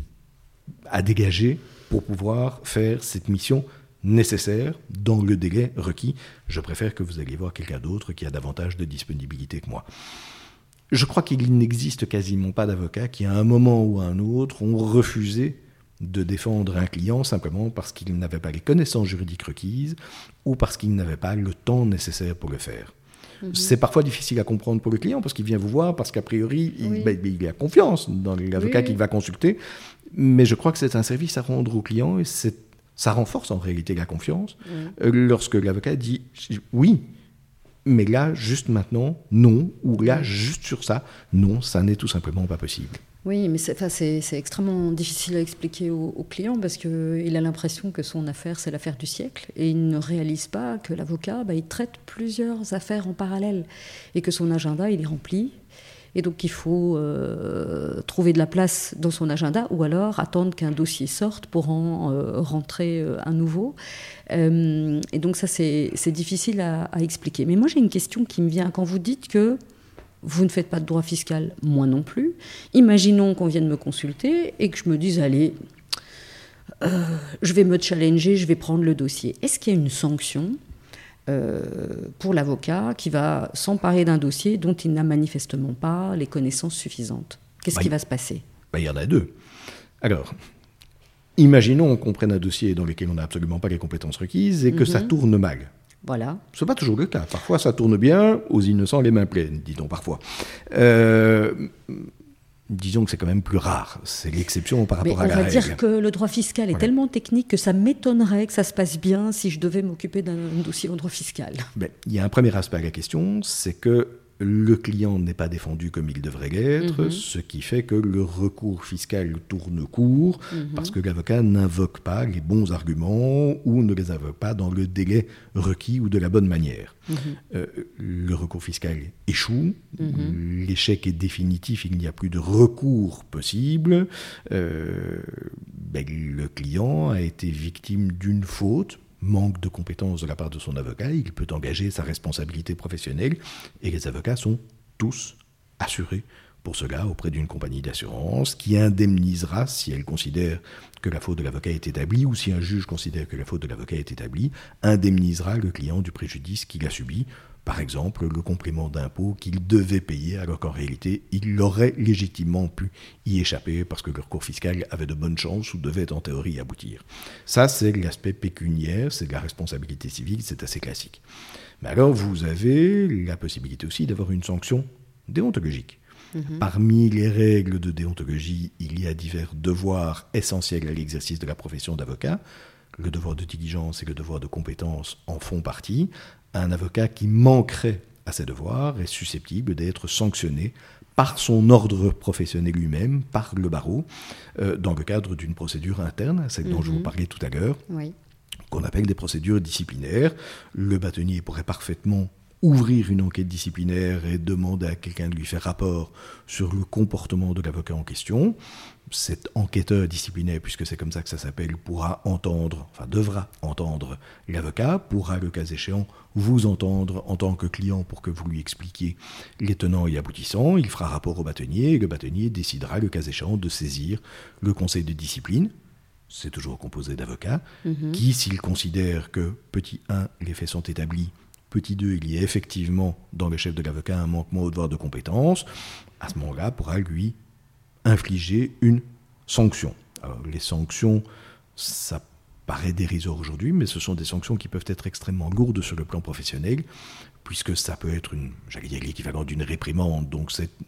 à dégager pour pouvoir faire cette mission nécessaire dans le délai requis. Je préfère que vous alliez voir quelqu'un d'autre qui a davantage de disponibilité que moi. » Je crois qu'il n'existe quasiment pas d'avocats qui, à un moment ou à un autre, ont refusé de défendre un client simplement parce qu'il n'avait pas les connaissances juridiques requises ou parce qu'il n'avait pas le temps nécessaire pour le faire. C'est parfois difficile à comprendre pour le client parce qu'il vient vous voir, parce qu'a priori, il a confiance dans l'avocat qu'il va consulter. Mais je crois que c'est un service à rendre au client et ça renforce en réalité la confiance lorsque l'avocat dit « oui ». Mais là, juste maintenant, non. Ou là, juste sur ça, non, ça n'est tout simplement pas possible. Oui, mais c'est extrêmement difficile à expliquer au client parce qu'il a l'impression que son affaire, c'est l'affaire du siècle. Et il ne réalise pas que l'avocat, il traite plusieurs affaires en parallèle. Et que son agenda, il est rempli. Et donc, il faut trouver de la place dans son agenda ou alors attendre qu'un dossier sorte pour en rentrer un nouveau. Et donc, ça, c'est difficile à expliquer. Mais moi, j'ai une question qui me vient. Quand vous dites que vous ne faites pas de droit fiscal, moi non plus. Imaginons qu'on vienne me consulter et que je me dise, allez, je vais me challenger, je vais prendre le dossier. Est-ce qu'il y a une sanction pour l'avocat qui va s'emparer d'un dossier dont il n'a manifestement pas les connaissances suffisantes? Qu'est-ce qui va se passer? Il y en a deux. Alors, imaginons qu'on prenne un dossier dans lequel on n'a absolument pas les compétences requises et que ça tourne mal. Voilà. Ce n'est pas toujours le cas. Parfois, ça tourne bien, aux innocents les mains pleines, dit-on parfois. Disons que c'est quand même plus rare. C'est l'exception par rapport à la règle. On va dire que le droit fiscal est tellement technique que ça m'étonnerait que ça se passe bien si je devais m'occuper d'un dossier en droit fiscal. Il y a un premier aspect à la question, c'est que le client n'est pas défendu comme il devrait l'être, ce qui fait que le recours fiscal tourne court, parce que l'avocat n'invoque pas les bons arguments ou ne les invoque pas dans le délai requis ou de la bonne manière. Le recours fiscal échoue, l'échec est définitif, il n'y a plus de recours possible, le client a été victime d'une faute, manque de compétences de la part de son avocat, il peut engager sa responsabilité professionnelle et les avocats sont tous assurés pour cela auprès d'une compagnie d'assurance qui indemnisera si elle considère que la faute de l'avocat est établie ou si un juge considère que la faute de l'avocat est établie, indemnisera le client du préjudice qu'il a subi. Par exemple, le complément d'impôt qu'il devait payer alors qu'en réalité, il aurait légitimement pu y échapper parce que le recours fiscal avait de bonnes chances ou devait en théorie aboutir. Ça, c'est l'aspect pécuniaire, c'est de la responsabilité civile, c'est assez classique. Mais alors, vous avez la possibilité aussi d'avoir une sanction déontologique. Parmi les règles de déontologie, il y a divers devoirs essentiels à l'exercice de la profession d'avocat. Le devoir de diligence et le devoir de compétence en font partie. Un avocat qui manquerait à ses devoirs est susceptible d'être sanctionné par son ordre professionnel lui-même, par le barreau, dans le cadre d'une procédure interne, celle dont je vous parlais tout à l'heure, qu'on appelle des procédures disciplinaires. Le bâtonnier pourrait parfaitement ouvrir une enquête disciplinaire et demander à quelqu'un de lui faire rapport sur le comportement de l'avocat en question. Cet enquêteur disciplinaire, puisque c'est comme ça que ça s'appelle, devra entendre l'avocat, pourra, le cas échéant, vous entendre en tant que client pour que vous lui expliquiez les tenants et aboutissants. Il fera rapport au bâtonnier et le bâtonnier décidera, le cas échéant, de saisir le conseil de discipline. C'est toujours composé d'avocats qui, s'il considère que, petit 1, les faits sont établis, petit 2, il y a effectivement dans le chef de l'avocat un manquement au devoir de compétence, à ce moment-là pourra lui infliger une sanction. Alors, les sanctions, ça paraît dérisoire aujourd'hui, mais ce sont des sanctions qui peuvent être extrêmement lourdes sur le plan professionnel, puisque ça peut être l'équivalent d'une réprimande. Donc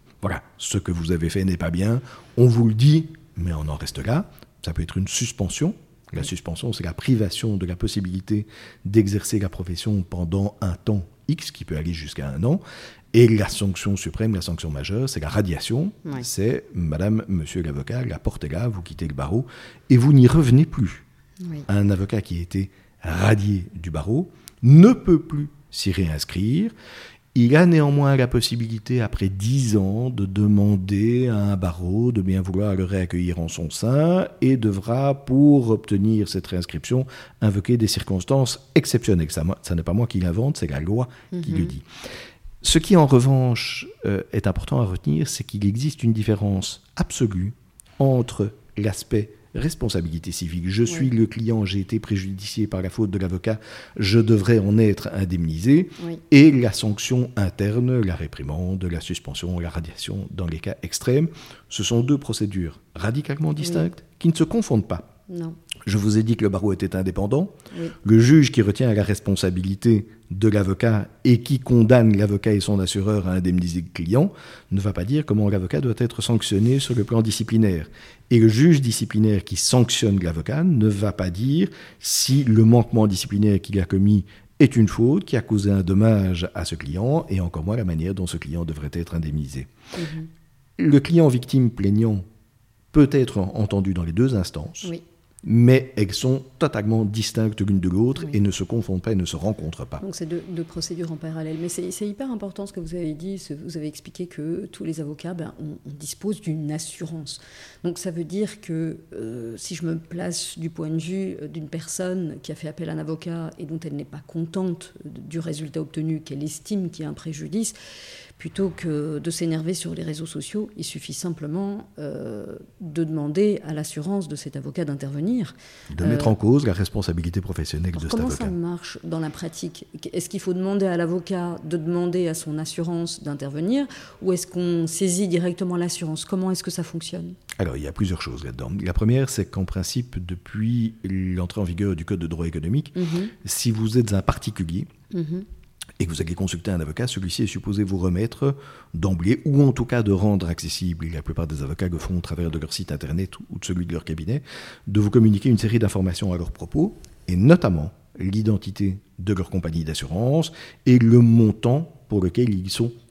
ce que vous avez fait n'est pas bien, on vous le dit, mais on en reste là. Ça peut être une suspension. La suspension, c'est la privation de la possibilité d'exercer la profession pendant un temps X, qui peut aller jusqu'à 1 an. Et la sanction suprême, la sanction majeure, c'est la radiation. C'est madame, monsieur l'avocat, la porte est là, vous quittez le barreau et vous n'y revenez plus. Un avocat qui a été radié du barreau ne peut plus s'y réinscrire. Il a néanmoins la possibilité, après 10 ans, de demander à un barreau de bien vouloir le réaccueillir en son sein et devra, pour obtenir cette réinscription, invoquer des circonstances exceptionnelles. Ça n'est pas moi qui l'invente, c'est la loi qui le dit. Ce qui, en revanche, est important à retenir, c'est qu'il existe une différence absolue entre l'aspect responsabilité civile. Je suis le client, j'ai été préjudicié par la faute de l'avocat, je devrais en être indemnisé, et la sanction interne, la réprimande, la suspension, la radiation, dans les cas extrêmes. Ce sont 2 procédures radicalement distinctes qui ne se confondent pas. Non. Je vous ai dit que le barreau était indépendant. Le juge qui retient la responsabilité de l'avocat et qui condamne l'avocat et son assureur à indemniser le client ne va pas dire comment l'avocat doit être sanctionné sur le plan disciplinaire. Et le juge disciplinaire qui sanctionne l'avocat ne va pas dire si le manquement disciplinaire qu'il a commis est une faute qui a causé un dommage à ce client et encore moins la manière dont ce client devrait être indemnisé. Le client victime plaignant peut être entendu dans les 2 instances. Mais elles sont totalement distinctes l'une de l'autre et ne se confondent pas et ne se rencontrent pas. Donc c'est 2 procédures en parallèle. Mais c'est hyper important ce que vous avez dit. Vous avez expliqué que tous les avocats, on dispose d'une assurance. Donc ça veut dire que si je me place du point de vue d'une personne qui a fait appel à un avocat et dont elle n'est pas contente du résultat obtenu, qu'elle estime qu'il y a un préjudice, plutôt que de s'énerver sur les réseaux sociaux, il suffit simplement de demander à l'assurance de cet avocat d'intervenir. De mettre en cause la responsabilité professionnelle de cet avocat. Comment ça marche dans la pratique ? Est-ce qu'il faut demander à l'avocat de demander à son assurance d'intervenir ou est-ce qu'on saisit directement l'assurance ? Comment est-ce que ça fonctionne ? Alors, il y a plusieurs choses là-dedans. La première, c'est qu'en principe, depuis l'entrée en vigueur du Code de droit économique, si vous êtes un particulier, et que vous allez consulter un avocat, celui-ci est supposé vous remettre d'emblée, ou en tout cas de rendre accessible, et la plupart des avocats le font au travers de leur site internet ou de celui de leur cabinet, de vous communiquer une série d'informations à leur propos, et notamment l'identité de leur compagnie d'assurance et le montant pour lequel ils sont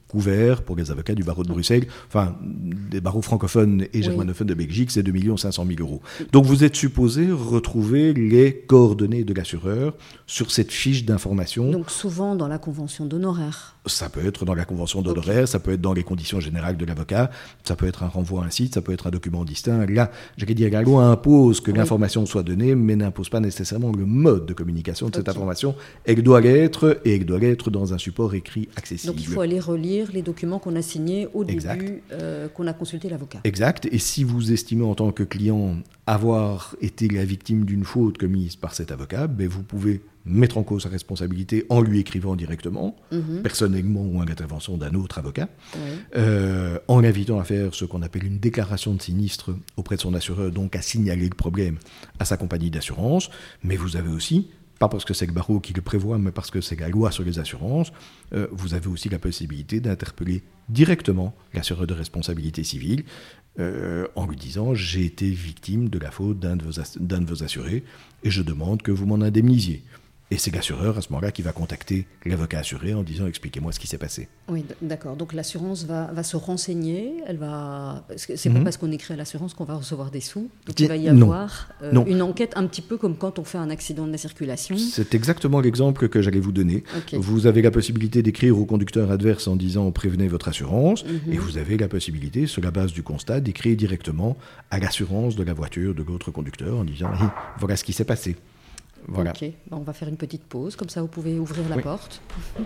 couvert pour les avocats du barreau de Bruxelles, enfin des barreaux francophones et germanophones de Belgique, c'est 2 500 000 €. Donc vous êtes supposé retrouver les coordonnées de l'assureur sur cette fiche d'information. Donc souvent dans la convention d'honoraires. Ça peut être dans la convention d'honoraires, ça peut être dans les conditions générales de l'avocat, ça peut être un renvoi à un site, ça peut être un document distinct. Là, j'allais dire, la loi impose que l'information soit donnée, mais n'impose pas nécessairement le mode de communication de cette information. Elle doit l'être, et elle doit l'être dans un support écrit accessible. Donc il faut aller relire les documents qu'on a signés au début, qu'on a consulté l'avocat. Exact. Et si vous estimez en tant que client avoir été la victime d'une faute commise par cet avocat, vous pouvez mettre en cause sa responsabilité en lui écrivant directement, personnellement ou à l'intervention d'un autre avocat, en l'invitant à faire ce qu'on appelle une déclaration de sinistre auprès de son assureur, donc à signaler le problème à sa compagnie d'assurance. Mais vous avez aussi, pas parce que c'est le barreau qui le prévoit, mais parce que c'est la loi sur les assurances, vous avez aussi la possibilité d'interpeller directement l'assureur de responsabilité civile en lui disant « J'ai été victime de la faute d'un de vos assurés et je demande que vous m'en indemnisiez ». Et c'est l'assureur, à ce moment-là, qui va contacter l'avocat assuré en disant « Expliquez-moi ce qui s'est passé ». Oui, d'accord. Donc l'assurance va se renseigner. C'est pas parce qu'on écrit à l'assurance qu'on va recevoir des sous. Donc il va y avoir une enquête un petit peu comme quand on fait un accident de la circulation. C'est exactement l'exemple que j'allais vous donner. Okay. Vous avez la possibilité d'écrire au conducteur adverse en disant « Prévenez votre assurance ». Et vous avez la possibilité, sur la base du constat, d'écrire directement à l'assurance de la voiture de l'autre conducteur en disant « Voilà ce qui s'est passé ». Voilà. Ok, on va faire une petite pause, comme ça vous pouvez ouvrir la porte.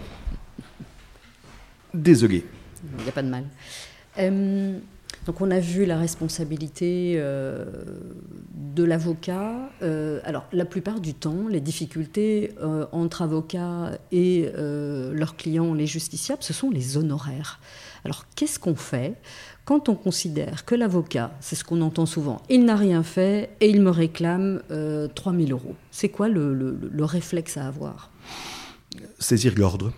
Désolé. Il n'y a pas de mal. Donc on a vu la responsabilité de l'avocat. Alors la plupart du temps, les difficultés entre avocats et leurs clients, les justiciables, ce sont les honoraires. Alors qu'est-ce qu'on fait quand on considère que l'avocat, c'est ce qu'on entend souvent, il n'a rien fait et il me réclame 3 000 €. C'est quoi le réflexe à avoir ? Saisir l'ordre.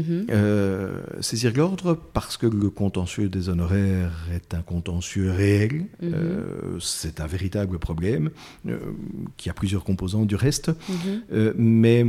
Saisir l'ordre parce que le contentieux des honoraires est un contentieux réel. C'est un véritable problème qui a plusieurs composants du reste. Mais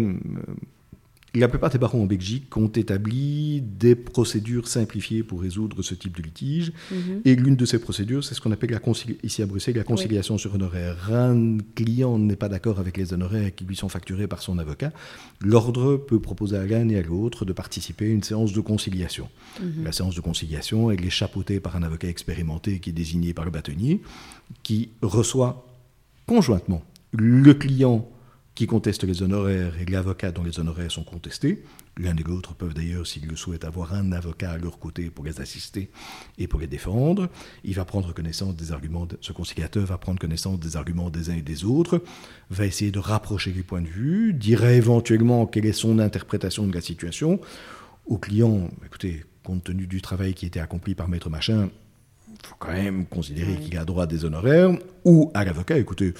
la plupart des barreaux en Belgique ont établi des procédures simplifiées pour résoudre ce type de litige. Et l'une de ces procédures, c'est ce qu'on appelle ici à Bruxelles la conciliation sur honoraires. Un client n'est pas d'accord avec les honoraires qui lui sont facturés par son avocat. L'ordre peut proposer à l'un et à l'autre de participer à une séance de conciliation. La séance de conciliation, elle est chapeautée par un avocat expérimenté qui est désigné par le bâtonnier, qui reçoit conjointement le client qui conteste les honoraires et l'avocat dont les honoraires sont contestés. L'un et l'autre peuvent d'ailleurs, s'ils le souhaitent, avoir un avocat à leur côté pour les assister et pour les défendre. Il va prendre connaissance des arguments, ce conciliateur va prendre connaissance des arguments des uns et des autres, va essayer de rapprocher les points de vue, dira éventuellement quelle est son interprétation de la situation. Au client, écoutez, compte tenu du travail qui a été accompli par Maître Machin, il faut quand même considérer qu'il a droit à des honoraires, ou à l'avocat, écoutez,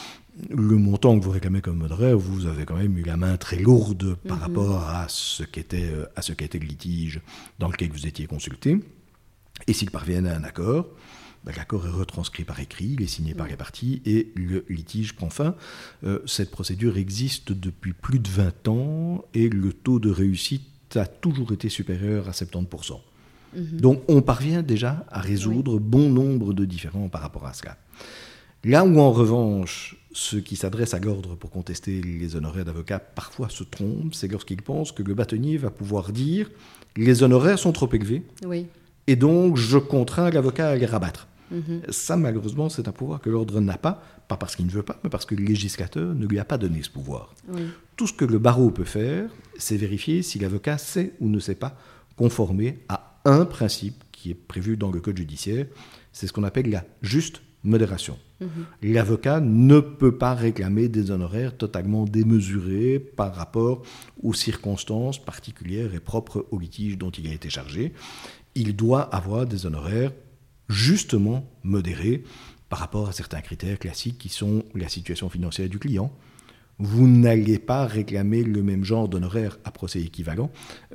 le montant que vous réclamez comme honoraire, vous avez quand même eu la main très lourde par rapport à ce qu'était le litige dans lequel vous étiez consulté. Et s'ils parviennent à un accord, l'accord est retranscrit par écrit, il est signé par les parties et le litige prend fin. Cette procédure existe depuis plus de 20 ans et le taux de réussite a toujours été supérieur à 70%. Donc on parvient déjà à résoudre bon nombre de différends par rapport à cela. Là où, en revanche, ceux qui s'adressent à l'ordre pour contester les honoraires d'avocat parfois se trompent, c'est lorsqu'ils pensent que le bâtonnier va pouvoir dire « les honoraires sont trop élevés, et donc je contrains l'avocat à les rabattre ». Ça, malheureusement, c'est un pouvoir que l'ordre n'a pas parce qu'il ne veut pas, mais parce que le législateur ne lui a pas donné ce pouvoir. Tout ce que le barreau peut faire, c'est vérifier si l'avocat sait ou ne sait pas conformer à un principe qui est prévu dans le code judiciaire, c'est ce qu'on appelle la juste modération. L'avocat ne peut pas réclamer des honoraires totalement démesurés par rapport aux circonstances particulières et propres au litige dont il a été chargé. Il doit avoir des honoraires justement modérés par rapport à certains critères classiques qui sont la situation financière du client. Vous n'allez pas réclamer le même genre d'honoraires à procès équivalent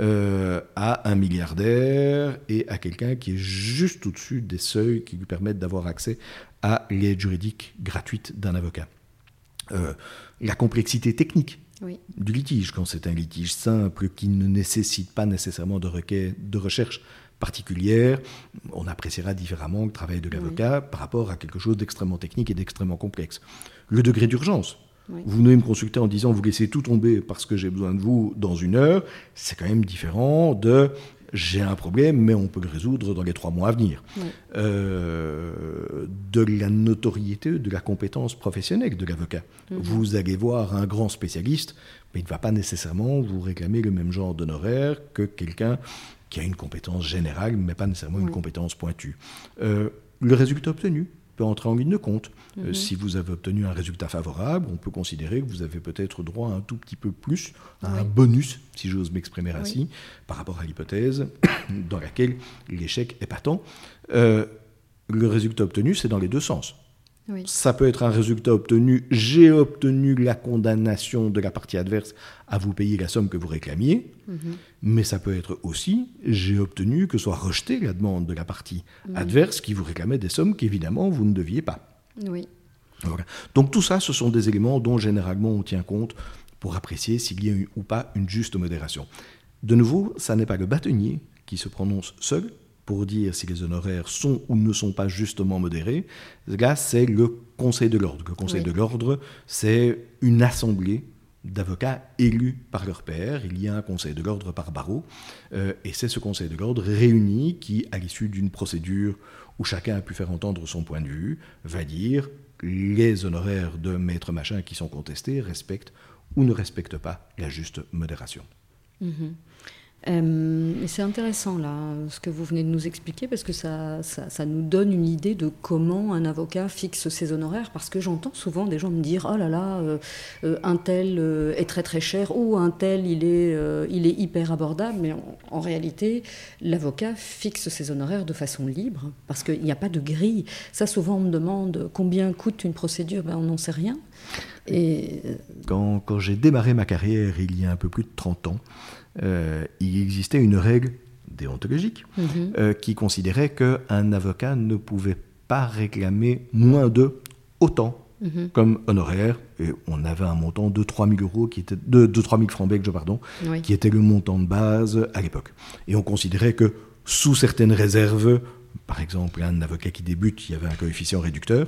à un milliardaire et à quelqu'un qui est juste au-dessus des seuils qui lui permettent d'avoir accès à l'aide juridique gratuite d'un avocat. La complexité technique du litige, quand c'est un litige simple qui ne nécessite pas nécessairement de recherche particulière, on appréciera différemment le travail de l'avocat par rapport à quelque chose d'extrêmement technique et d'extrêmement complexe. Le degré d'urgence. Vous venez me consulter en disant vous laissez tout tomber parce que j'ai besoin de vous dans 1 heure, c'est quand même différent de j'ai un problème mais on peut le résoudre dans les 3 mois à venir. De la notoriété, de la compétence professionnelle de l'avocat. Vous allez voir un grand spécialiste, mais il ne va pas nécessairement vous réclamer le même genre d'honoraire que quelqu'un qui a une compétence générale, mais pas nécessairement une compétence pointue. Le résultat obtenu peut entrer en ligne de compte. Si vous avez obtenu un résultat favorable, on peut considérer que vous avez peut-être droit à un tout petit peu plus, à un bonus, si j'ose m'exprimer ainsi, par rapport à l'hypothèse dans laquelle l'échec est patent. Le résultat obtenu, c'est dans les 2 sens. Ça peut être un résultat obtenu, j'ai obtenu la condamnation de la partie adverse à vous payer la somme que vous réclamiez, mais ça peut être aussi, j'ai obtenu que soit rejetée la demande de la partie adverse qui vous réclamait des sommes qu'évidemment vous ne deviez pas. Voilà. Donc tout ça, ce sont des éléments dont généralement on tient compte pour apprécier s'il y a ou pas une juste modération. De nouveau, ça n'est pas le bâtonnier qui se prononce seul pour dire si les honoraires sont ou ne sont pas justement modérés. Là, c'est le Conseil de l'ordre. Le Conseil de l'ordre, c'est une assemblée d'avocats élus par leur pairs. Il y a un Conseil de l'ordre par barreau. Et c'est ce Conseil de l'ordre réuni qui, à l'issue d'une procédure où chacun a pu faire entendre son point de vue, va dire les honoraires de maître machin qui sont contestés respectent ou ne respectent pas la juste modération. C'est intéressant là, ce que vous venez de nous expliquer, parce que ça nous donne une idée de comment un avocat fixe ses honoraires, parce que j'entends souvent des gens me dire « Oh là là, un tel est très très cher » ou « un tel, il est hyper abordable », mais en réalité, l'avocat fixe ses honoraires de façon libre, parce qu'il n'y a pas de grille. Ça, souvent, on me demande combien coûte une procédure, on n'en sait rien. Et... Quand j'ai démarré ma carrière, il y a un peu plus de 30 ans, il existait une règle déontologique qui considérait qu'un avocat ne pouvait pas réclamer moins de autant comme honoraire, et on avait un montant de 3 000 euros qui était de 3 000 francs belges, qui était le montant de base à l'époque. Et on considérait que sous certaines réserves, par exemple, un avocat qui débute, il y avait un coefficient réducteur.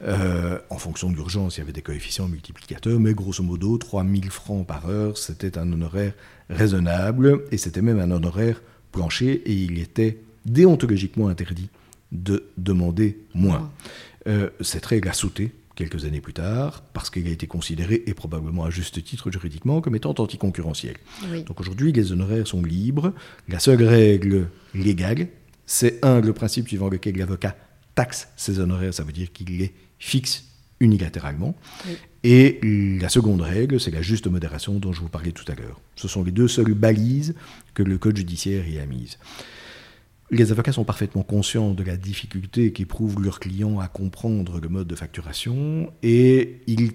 En fonction de l'urgence, il y avait des coefficients multiplicateurs, mais grosso modo, 3 000 francs par heure, c'était un honoraire raisonnable, et c'était même un honoraire plancher, et il était déontologiquement interdit de demander moins. Cette règle a sauté quelques années plus tard, parce qu'elle a été considérée, et probablement à juste titre juridiquement, comme étant anticoncurrentielle. Donc aujourd'hui, les honoraires sont libres. La seule règle légale, c'est le principe suivant lequel l'avocat taxe ses honoraires, ça veut dire qu'il les fixe unilatéralement. Et la seconde règle, c'est la juste modération dont je vous parlais tout à l'heure. Ce sont les 2 seules balises que le Code judiciaire y a mises. Les avocats sont parfaitement conscients de la difficulté qu'éprouvent leurs clients à comprendre le mode de facturation, et ils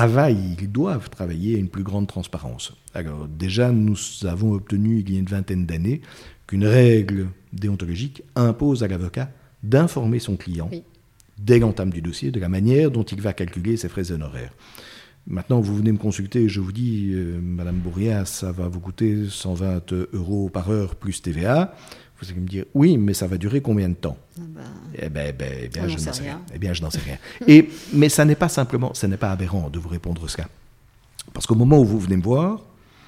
doivent travailler à une plus grande transparence. Alors déjà, nous avons obtenu il y a une 20aine d'années qu'une règle déontologique impose à l'avocat d'informer son client dès l'entame du dossier de la manière dont il va calculer ses frais honoraires. Maintenant, vous venez me consulter et je vous dis, Madame Bourrias, ça va vous coûter 120 euros par heure plus TVA. Vous allez me dire, oui, mais ça va durer combien de temps ? Eh bien, je n'en sais rien. Eh bien, je n'en sais rien. Mais ça n'est pas aberrant de vous répondre cela. Parce qu'au moment où vous venez me voir,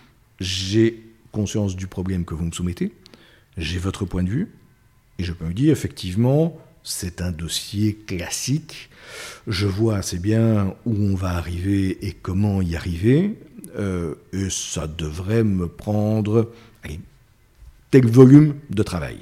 j'ai conscience du problème que vous me soumettez, j'ai votre point de vue, et je peux me dire, effectivement, c'est un dossier classique, je vois assez bien où on va arriver et comment y arriver, et ça devrait me prendre tel volume de travail.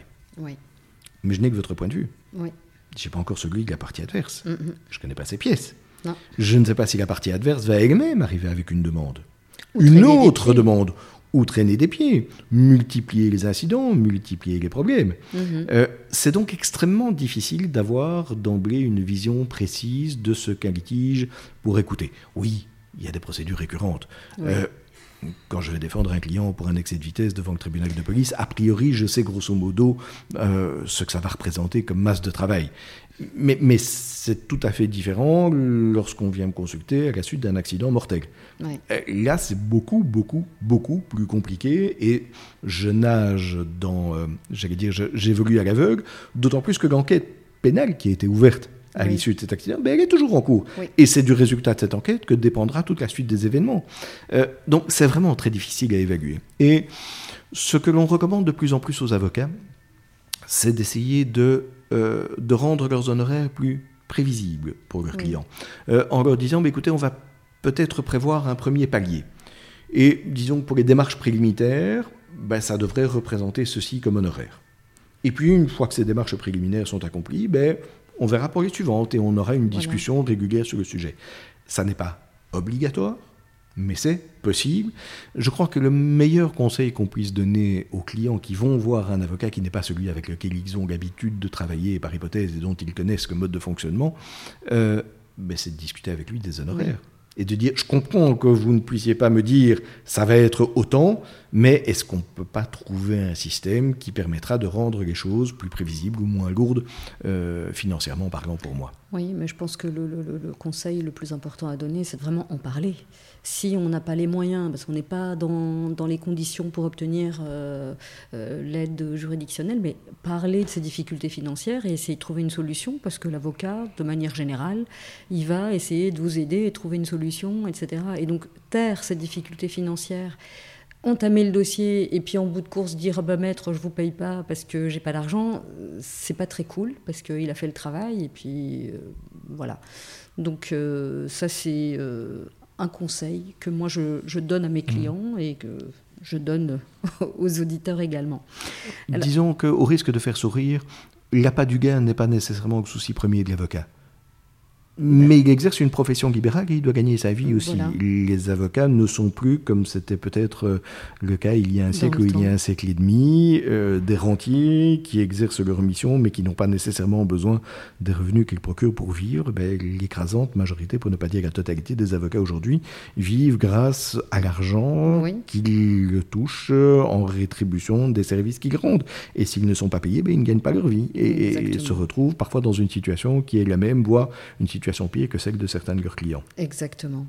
Mais je n'ai que votre point de vue. Je n'ai pas encore celui de la partie adverse. Je ne connais pas ses pièces. Non. Je ne sais pas si la partie adverse va elle-même arriver avec une demande. Une autre demande, ou traîner des pieds, multiplier les incidents, multiplier les problèmes. C'est donc extrêmement difficile d'avoir d'emblée une vision précise de ce qu'un litige pourrait coûter. Oui, il y a des procédures récurrentes. quand je vais défendre un client pour un excès de vitesse devant le tribunal de police, a priori, je sais grosso modo ce que ça va représenter comme masse de travail. Mais c'est tout à fait différent lorsqu'on vient me consulter à la suite d'un accident mortel. Ouais. Là, c'est beaucoup plus compliqué et je nage dans, j'évolue à l'aveugle, d'autant plus que l'enquête pénale qui a été ouverte à l'issue de cet accident, elle est toujours en cours. Oui. Et c'est du résultat de cette enquête que dépendra toute la suite des événements. Donc, c'est vraiment très difficile à évaluer. Et ce que l'on recommande de plus en plus aux avocats, c'est d'essayer de rendre leurs honoraires plus prévisibles pour leurs clients. En leur disant, écoutez, on va peut-être prévoir un premier palier. Et disons que pour les démarches préliminaires, ça devrait représenter ceci comme honoraire. Et puis, une fois que ces démarches préliminaires sont accomplies, on verra pour les suivantes et on aura une discussion régulière sur le sujet. Ça n'est pas obligatoire, mais c'est possible. Je crois que le meilleur conseil qu'on puisse donner aux clients qui vont voir un avocat qui n'est pas celui avec lequel ils ont l'habitude de travailler par hypothèse et dont ils connaissent le mode de fonctionnement, c'est de discuter avec lui des honoraires. Et de dire, je comprends que vous ne puissiez pas me dire ça va être autant, mais est-ce qu'on ne peut pas trouver un système qui permettra de rendre les choses plus prévisibles ou moins lourdes financièrement parlant pour moi? Oui, mais je pense que le conseil le plus important à donner, c'est de vraiment en parler. Si on n'a pas les moyens, parce qu'on n'est pas dans les conditions pour obtenir l'aide juridictionnelle, mais parler de ces difficultés financières et essayer de trouver une solution, parce que l'avocat, de manière générale, il va essayer de vous aider et trouver une solution, etc. Et donc, taire ces difficultés financières, entamer le dossier et puis en bout de course dire maître, je vous paye pas parce que j'ai pas d'argent, c'est pas très cool parce qu'il a fait le travail et puis voilà. Donc ça c'est un conseil que moi je donne à mes clients et que je donne aux auditeurs également. Alors, disons qu'au risque de faire sourire, l'appât du gain n'est pas nécessairement le souci premier de l'avocat. Mais il exerce une profession libérale et il doit gagner sa vie aussi. Voilà. Les avocats ne sont plus, comme c'était peut-être le cas il y a un siècle ou il y a un siècle et demi, des rentiers qui exercent leur mission mais qui n'ont pas nécessairement besoin des revenus qu'ils procurent pour vivre. L'écrasante majorité, pour ne pas dire la totalité des avocats aujourd'hui, vivent grâce à l'argent qu'ils touchent en rétribution des services qu'ils rendent. Et s'ils ne sont pas payés, ils ne gagnent pas leur vie et se retrouvent parfois dans une situation qui est la même, voire une situation pire que celle de certains de leurs clients. Exactement.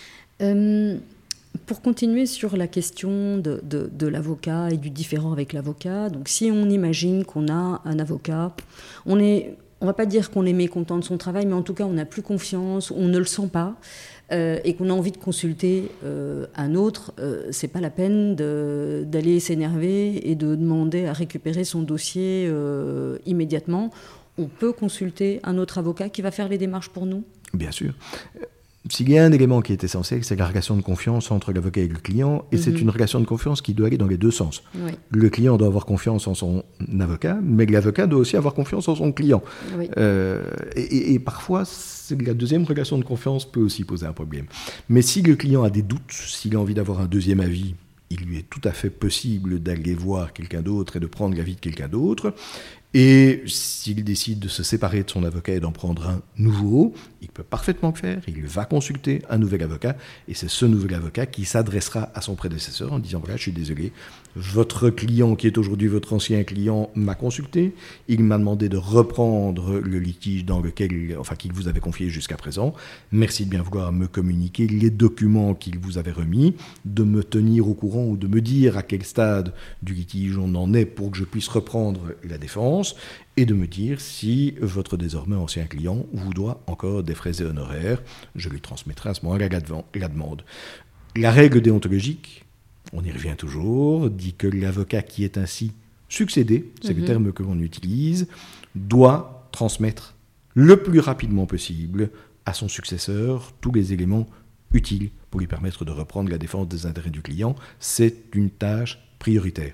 Pour continuer sur la question de l'avocat et du différend avec l'avocat, donc si on imagine qu'on a un avocat, on ne va pas dire qu'on est mécontent de son travail, mais en tout cas on n'a plus confiance, on ne le sent pas, et qu'on a envie de consulter un autre, c'est pas la peine d'aller s'énerver et de demander à récupérer son dossier immédiatement. On peut consulter un autre avocat qui va faire les démarches pour nous ? Bien sûr. S'il y a un élément qui est essentiel, c'est la relation de confiance entre l'avocat et le client, et c'est une relation de confiance qui doit aller dans les deux sens. Oui. Le client doit avoir confiance en son avocat, mais l'avocat doit aussi avoir confiance en son client. Oui. Et parfois, la deuxième relation de confiance peut aussi poser un problème. Mais si le client a des doutes, s'il a envie d'avoir un deuxième avis, il lui est tout à fait possible d'aller voir quelqu'un d'autre et de prendre l'avis de quelqu'un d'autre. Et s'il décide de se séparer de son avocat et d'en prendre un nouveau, il peut parfaitement le faire. Il va consulter un nouvel avocat et c'est ce nouvel avocat qui s'adressera à son prédécesseur en disant « Voilà, je suis désolé, votre client qui est aujourd'hui votre ancien client m'a consulté. Il m'a demandé de reprendre le litige qu'il vous avait confié jusqu'à présent. Merci de bien vouloir me communiquer les documents qu'il vous avait remis, de me tenir au courant ou de me dire à quel stade du litige on en est pour que je puisse reprendre la défense. Et de me dire si votre désormais ancien client vous doit encore des frais et honoraires. Je lui transmettrai à ce moment-là la demande. La règle déontologique, on y revient toujours, dit que l'avocat qui est ainsi succédé, c'est le terme que l'on utilise, doit transmettre le plus rapidement possible à son successeur tous les éléments utiles pour lui permettre de reprendre la défense des intérêts du client. C'est une tâche prioritaire.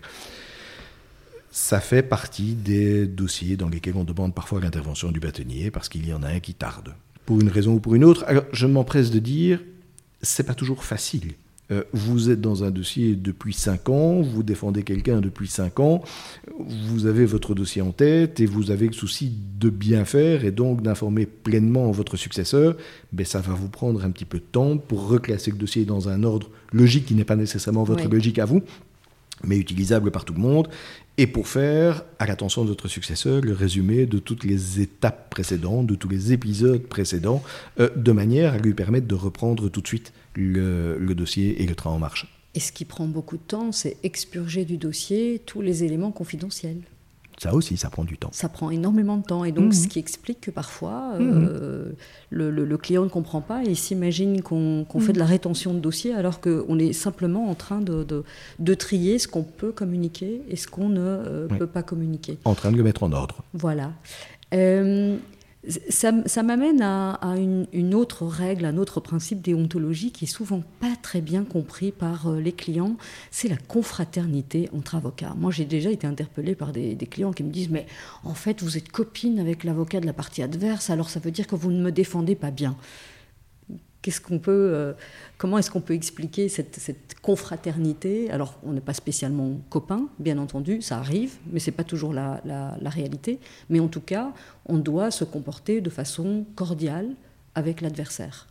Ça fait partie des dossiers dans lesquels on demande parfois l'intervention du bâtonnier parce qu'il y en a un qui tarde, pour une raison ou pour une autre. Alors, je m'empresse de dire, c'est pas toujours facile Vous êtes dans un dossier depuis 5 ans, vous défendez quelqu'un depuis 5 ans, vous avez votre dossier en tête et vous avez le souci de bien faire et donc d'informer pleinement votre successeur. Ben, ça va vous prendre un petit peu de temps pour reclasser le dossier dans un ordre logique qui n'est pas nécessairement votre logique à vous, mais utilisable par tout le monde, et pour faire, à l'attention de votre successeur, le résumé de toutes les étapes précédentes, de tous les épisodes précédents, de manière à lui permettre de reprendre tout de suite le dossier et le train en marche. Et ce qui prend beaucoup de temps, c'est expurger du dossier tous les éléments confidentiels. Ça aussi, ça prend du temps. Ça prend énormément de temps. Et donc, ce qui explique que parfois, le client ne comprend pas et s'imagine qu'on fait de la rétention de dossier alors qu'on est simplement en train de trier ce qu'on peut communiquer et ce qu'on ne peut pas communiquer. En train de le mettre en ordre. Voilà. Ça m'amène à une autre règle, un autre principe déontologique qui est souvent pas très bien compris par les clients, c'est la confraternité entre avocats. Moi, j'ai déjà été interpellée par des clients qui me disent « mais en fait, vous êtes copine avec l'avocat de la partie adverse, alors ça veut dire que vous ne me défendez pas bien ». Comment est-ce qu'on peut expliquer cette confraternité ? Alors, on n'est pas spécialement copains, bien entendu, ça arrive, mais ce n'est pas toujours la réalité. Mais en tout cas, on doit se comporter de façon cordiale avec l'adversaire.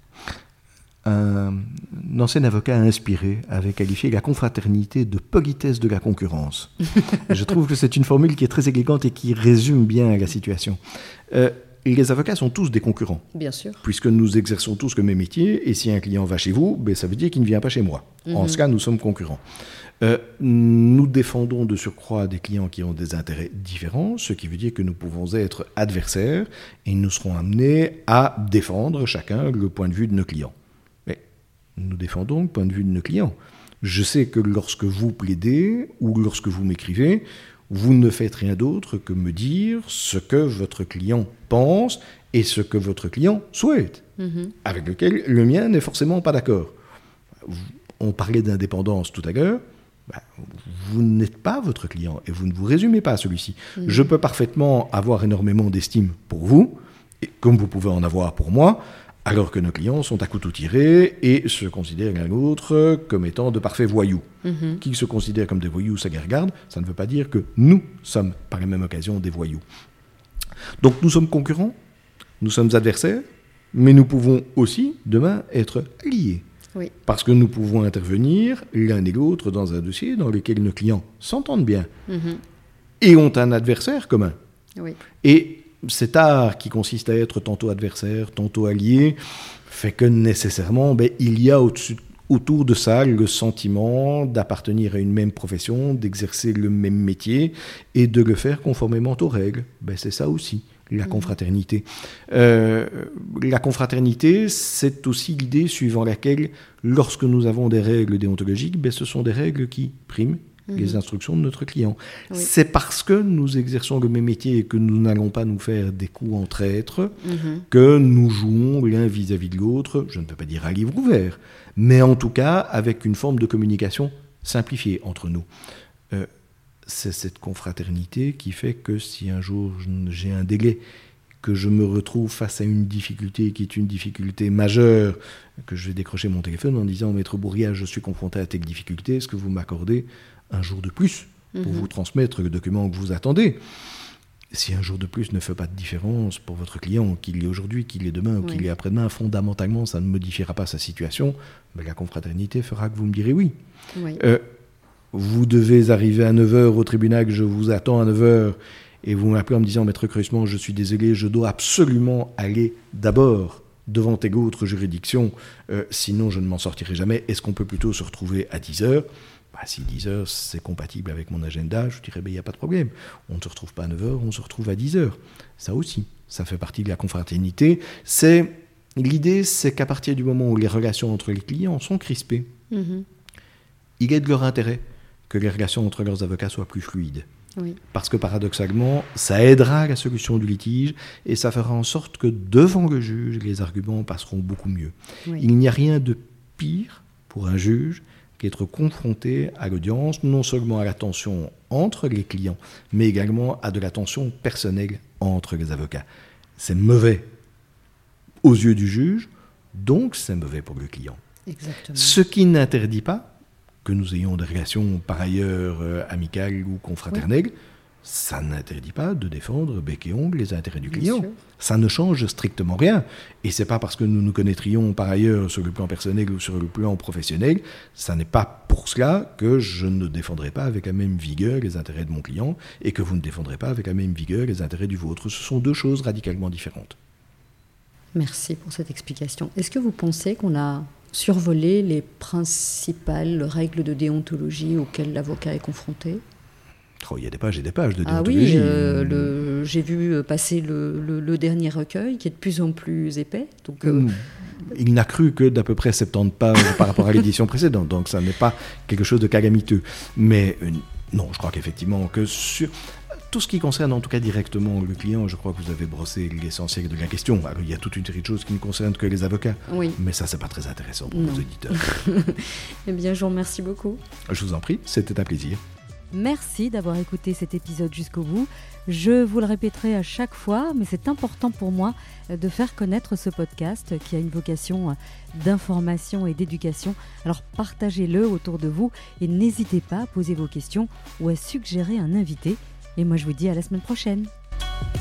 Un ancien avocat inspiré avait qualifié la confraternité de politesse de la concurrence. Je trouve que c'est une formule qui est très élégante et qui résume bien la situation. Les avocats sont tous des concurrents. Bien sûr. Puisque nous exerçons tous le même métier, et si un client va chez vous, ben ça veut dire qu'il ne vient pas chez moi. En ce cas, nous sommes concurrents. Nous défendons de surcroît des clients qui ont des intérêts différents, ce qui veut dire que nous pouvons être adversaires, et nous serons amenés à défendre chacun le point de vue de nos clients. Mais nous défendons le point de vue de nos clients. Je sais que lorsque vous plaidez, ou lorsque vous m'écrivez, vous ne faites rien d'autre que me dire ce que votre client pense et ce que votre client souhaite, avec lequel le mien n'est forcément pas d'accord. On parlait d'indépendance tout à l'heure. Vous n'êtes pas votre client et vous ne vous résumez pas à celui-ci. Je peux parfaitement avoir énormément d'estime pour vous, et comme vous pouvez en avoir pour moi, alors que nos clients sont à couteau tiré et se considèrent l'un l'autre comme étant de parfaits voyous. Qu'ils se considèrent comme des voyous, ça les regarde, ça ne veut pas dire que nous sommes, par la même occasion, des voyous. Donc nous sommes concurrents, nous sommes adversaires, mais nous pouvons aussi, demain, être alliés. Oui. Parce que nous pouvons intervenir l'un et l'autre dans un dossier dans lequel nos clients s'entendent bien et ont un adversaire commun. Oui. Et cet art qui consiste à être tantôt adversaire, tantôt allié, fait que nécessairement, il y a autour de ça le sentiment d'appartenir à une même profession, d'exercer le même métier et de le faire conformément aux règles. C'est ça aussi, la confraternité. La confraternité, c'est aussi l'idée suivant laquelle, lorsque nous avons des règles déontologiques, ce sont des règles qui priment les instructions de notre client. Oui. C'est parce que nous exerçons le même métier et que nous n'allons pas nous faire des coups en traître que nous jouons l'un vis-à-vis de l'autre, je ne peux pas dire à livre ouvert, mais en tout cas avec une forme de communication simplifiée entre nous. C'est cette confraternité qui fait que si un jour j'ai un délai, que je me retrouve face à une difficulté qui est une difficulté majeure, que je vais décrocher mon téléphone en disant « Maître Bourriage, je suis confronté à telle difficulté, est-ce que vous m'accordez un jour de plus pour vous transmettre le document que vous attendez ?» Si un jour de plus ne fait pas de différence pour votre client, qu'il l'est aujourd'hui, qu'il l'est demain ou qu'il l'est après-demain, fondamentalement, ça ne modifiera pas sa situation, la confraternité fera que vous me direz oui. Vous devez arriver à 9h au tribunal, que je vous attends à 9h, et vous m'appelez en me disant « Maître Creussement, je suis désolé, je dois absolument aller d'abord devant telle autre juridiction, sinon je ne m'en sortirai jamais. Est-ce qu'on peut plutôt se retrouver à 10h ?» Si 10h c'est compatible avec mon agenda, je dirais il n'y a pas de problème. On ne se retrouve pas à 9h, on se retrouve à 10h. Ça aussi, ça fait partie de la confraternité. L'idée, c'est qu'à partir du moment où les relations entre les clients sont crispées, il est de leur intérêt que les relations entre leurs avocats soient plus fluides. Oui. Parce que paradoxalement, ça aidera à la solution du litige et ça fera en sorte que devant le juge, les arguments passeront beaucoup mieux. Oui. Il n'y a rien de pire pour un juge qu'être confronté à l'audience, non seulement à la tension entre les clients, mais également à de la tension personnelle entre les avocats. C'est mauvais aux yeux du juge, donc c'est mauvais pour le client. Exactement. Ce qui n'interdit pas que nous ayons des relations par ailleurs amicales ou confraternelles, ça n'interdit pas de défendre bec et ongle les intérêts du client. Ça ne change strictement rien. Et c'est pas parce que nous nous connaîtrions par ailleurs sur le plan personnel ou sur le plan professionnel, ça n'est pas pour cela que je ne défendrai pas avec la même vigueur les intérêts de mon client et que vous ne défendrez pas avec la même vigueur les intérêts du vôtre. Ce sont deux choses radicalement différentes. Merci pour cette explication. Est-ce que vous pensez qu'on a survolé les principales règles de déontologie auxquelles l'avocat est confronté ? Oh, il y a des pages et des pages de déontologie. Ah oui, j'ai vu passer le dernier recueil qui est de plus en plus épais. Donc, il n'a cru que d'à peu près 70 pages par rapport à l'édition précédente, donc ça n'est pas quelque chose de calamiteux. Mais non, je crois qu'effectivement, que sur tout ce qui concerne en tout cas directement le client, je crois que vous avez brossé l'essentiel de la question. Alors, il y a toute une série de choses qui ne concernent que les avocats, mais ça, c'est pas très intéressant pour nos auditeurs. Eh bien, je vous remercie beaucoup. Je vous en prie, c'était un plaisir. Merci d'avoir écouté cet épisode jusqu'au bout. Je vous le répéterai à chaque fois, mais c'est important pour moi de faire connaître ce podcast qui a une vocation d'information et d'éducation. Alors partagez-le autour de vous et n'hésitez pas à poser vos questions ou à suggérer un invité. Et moi je vous dis à la semaine prochaine.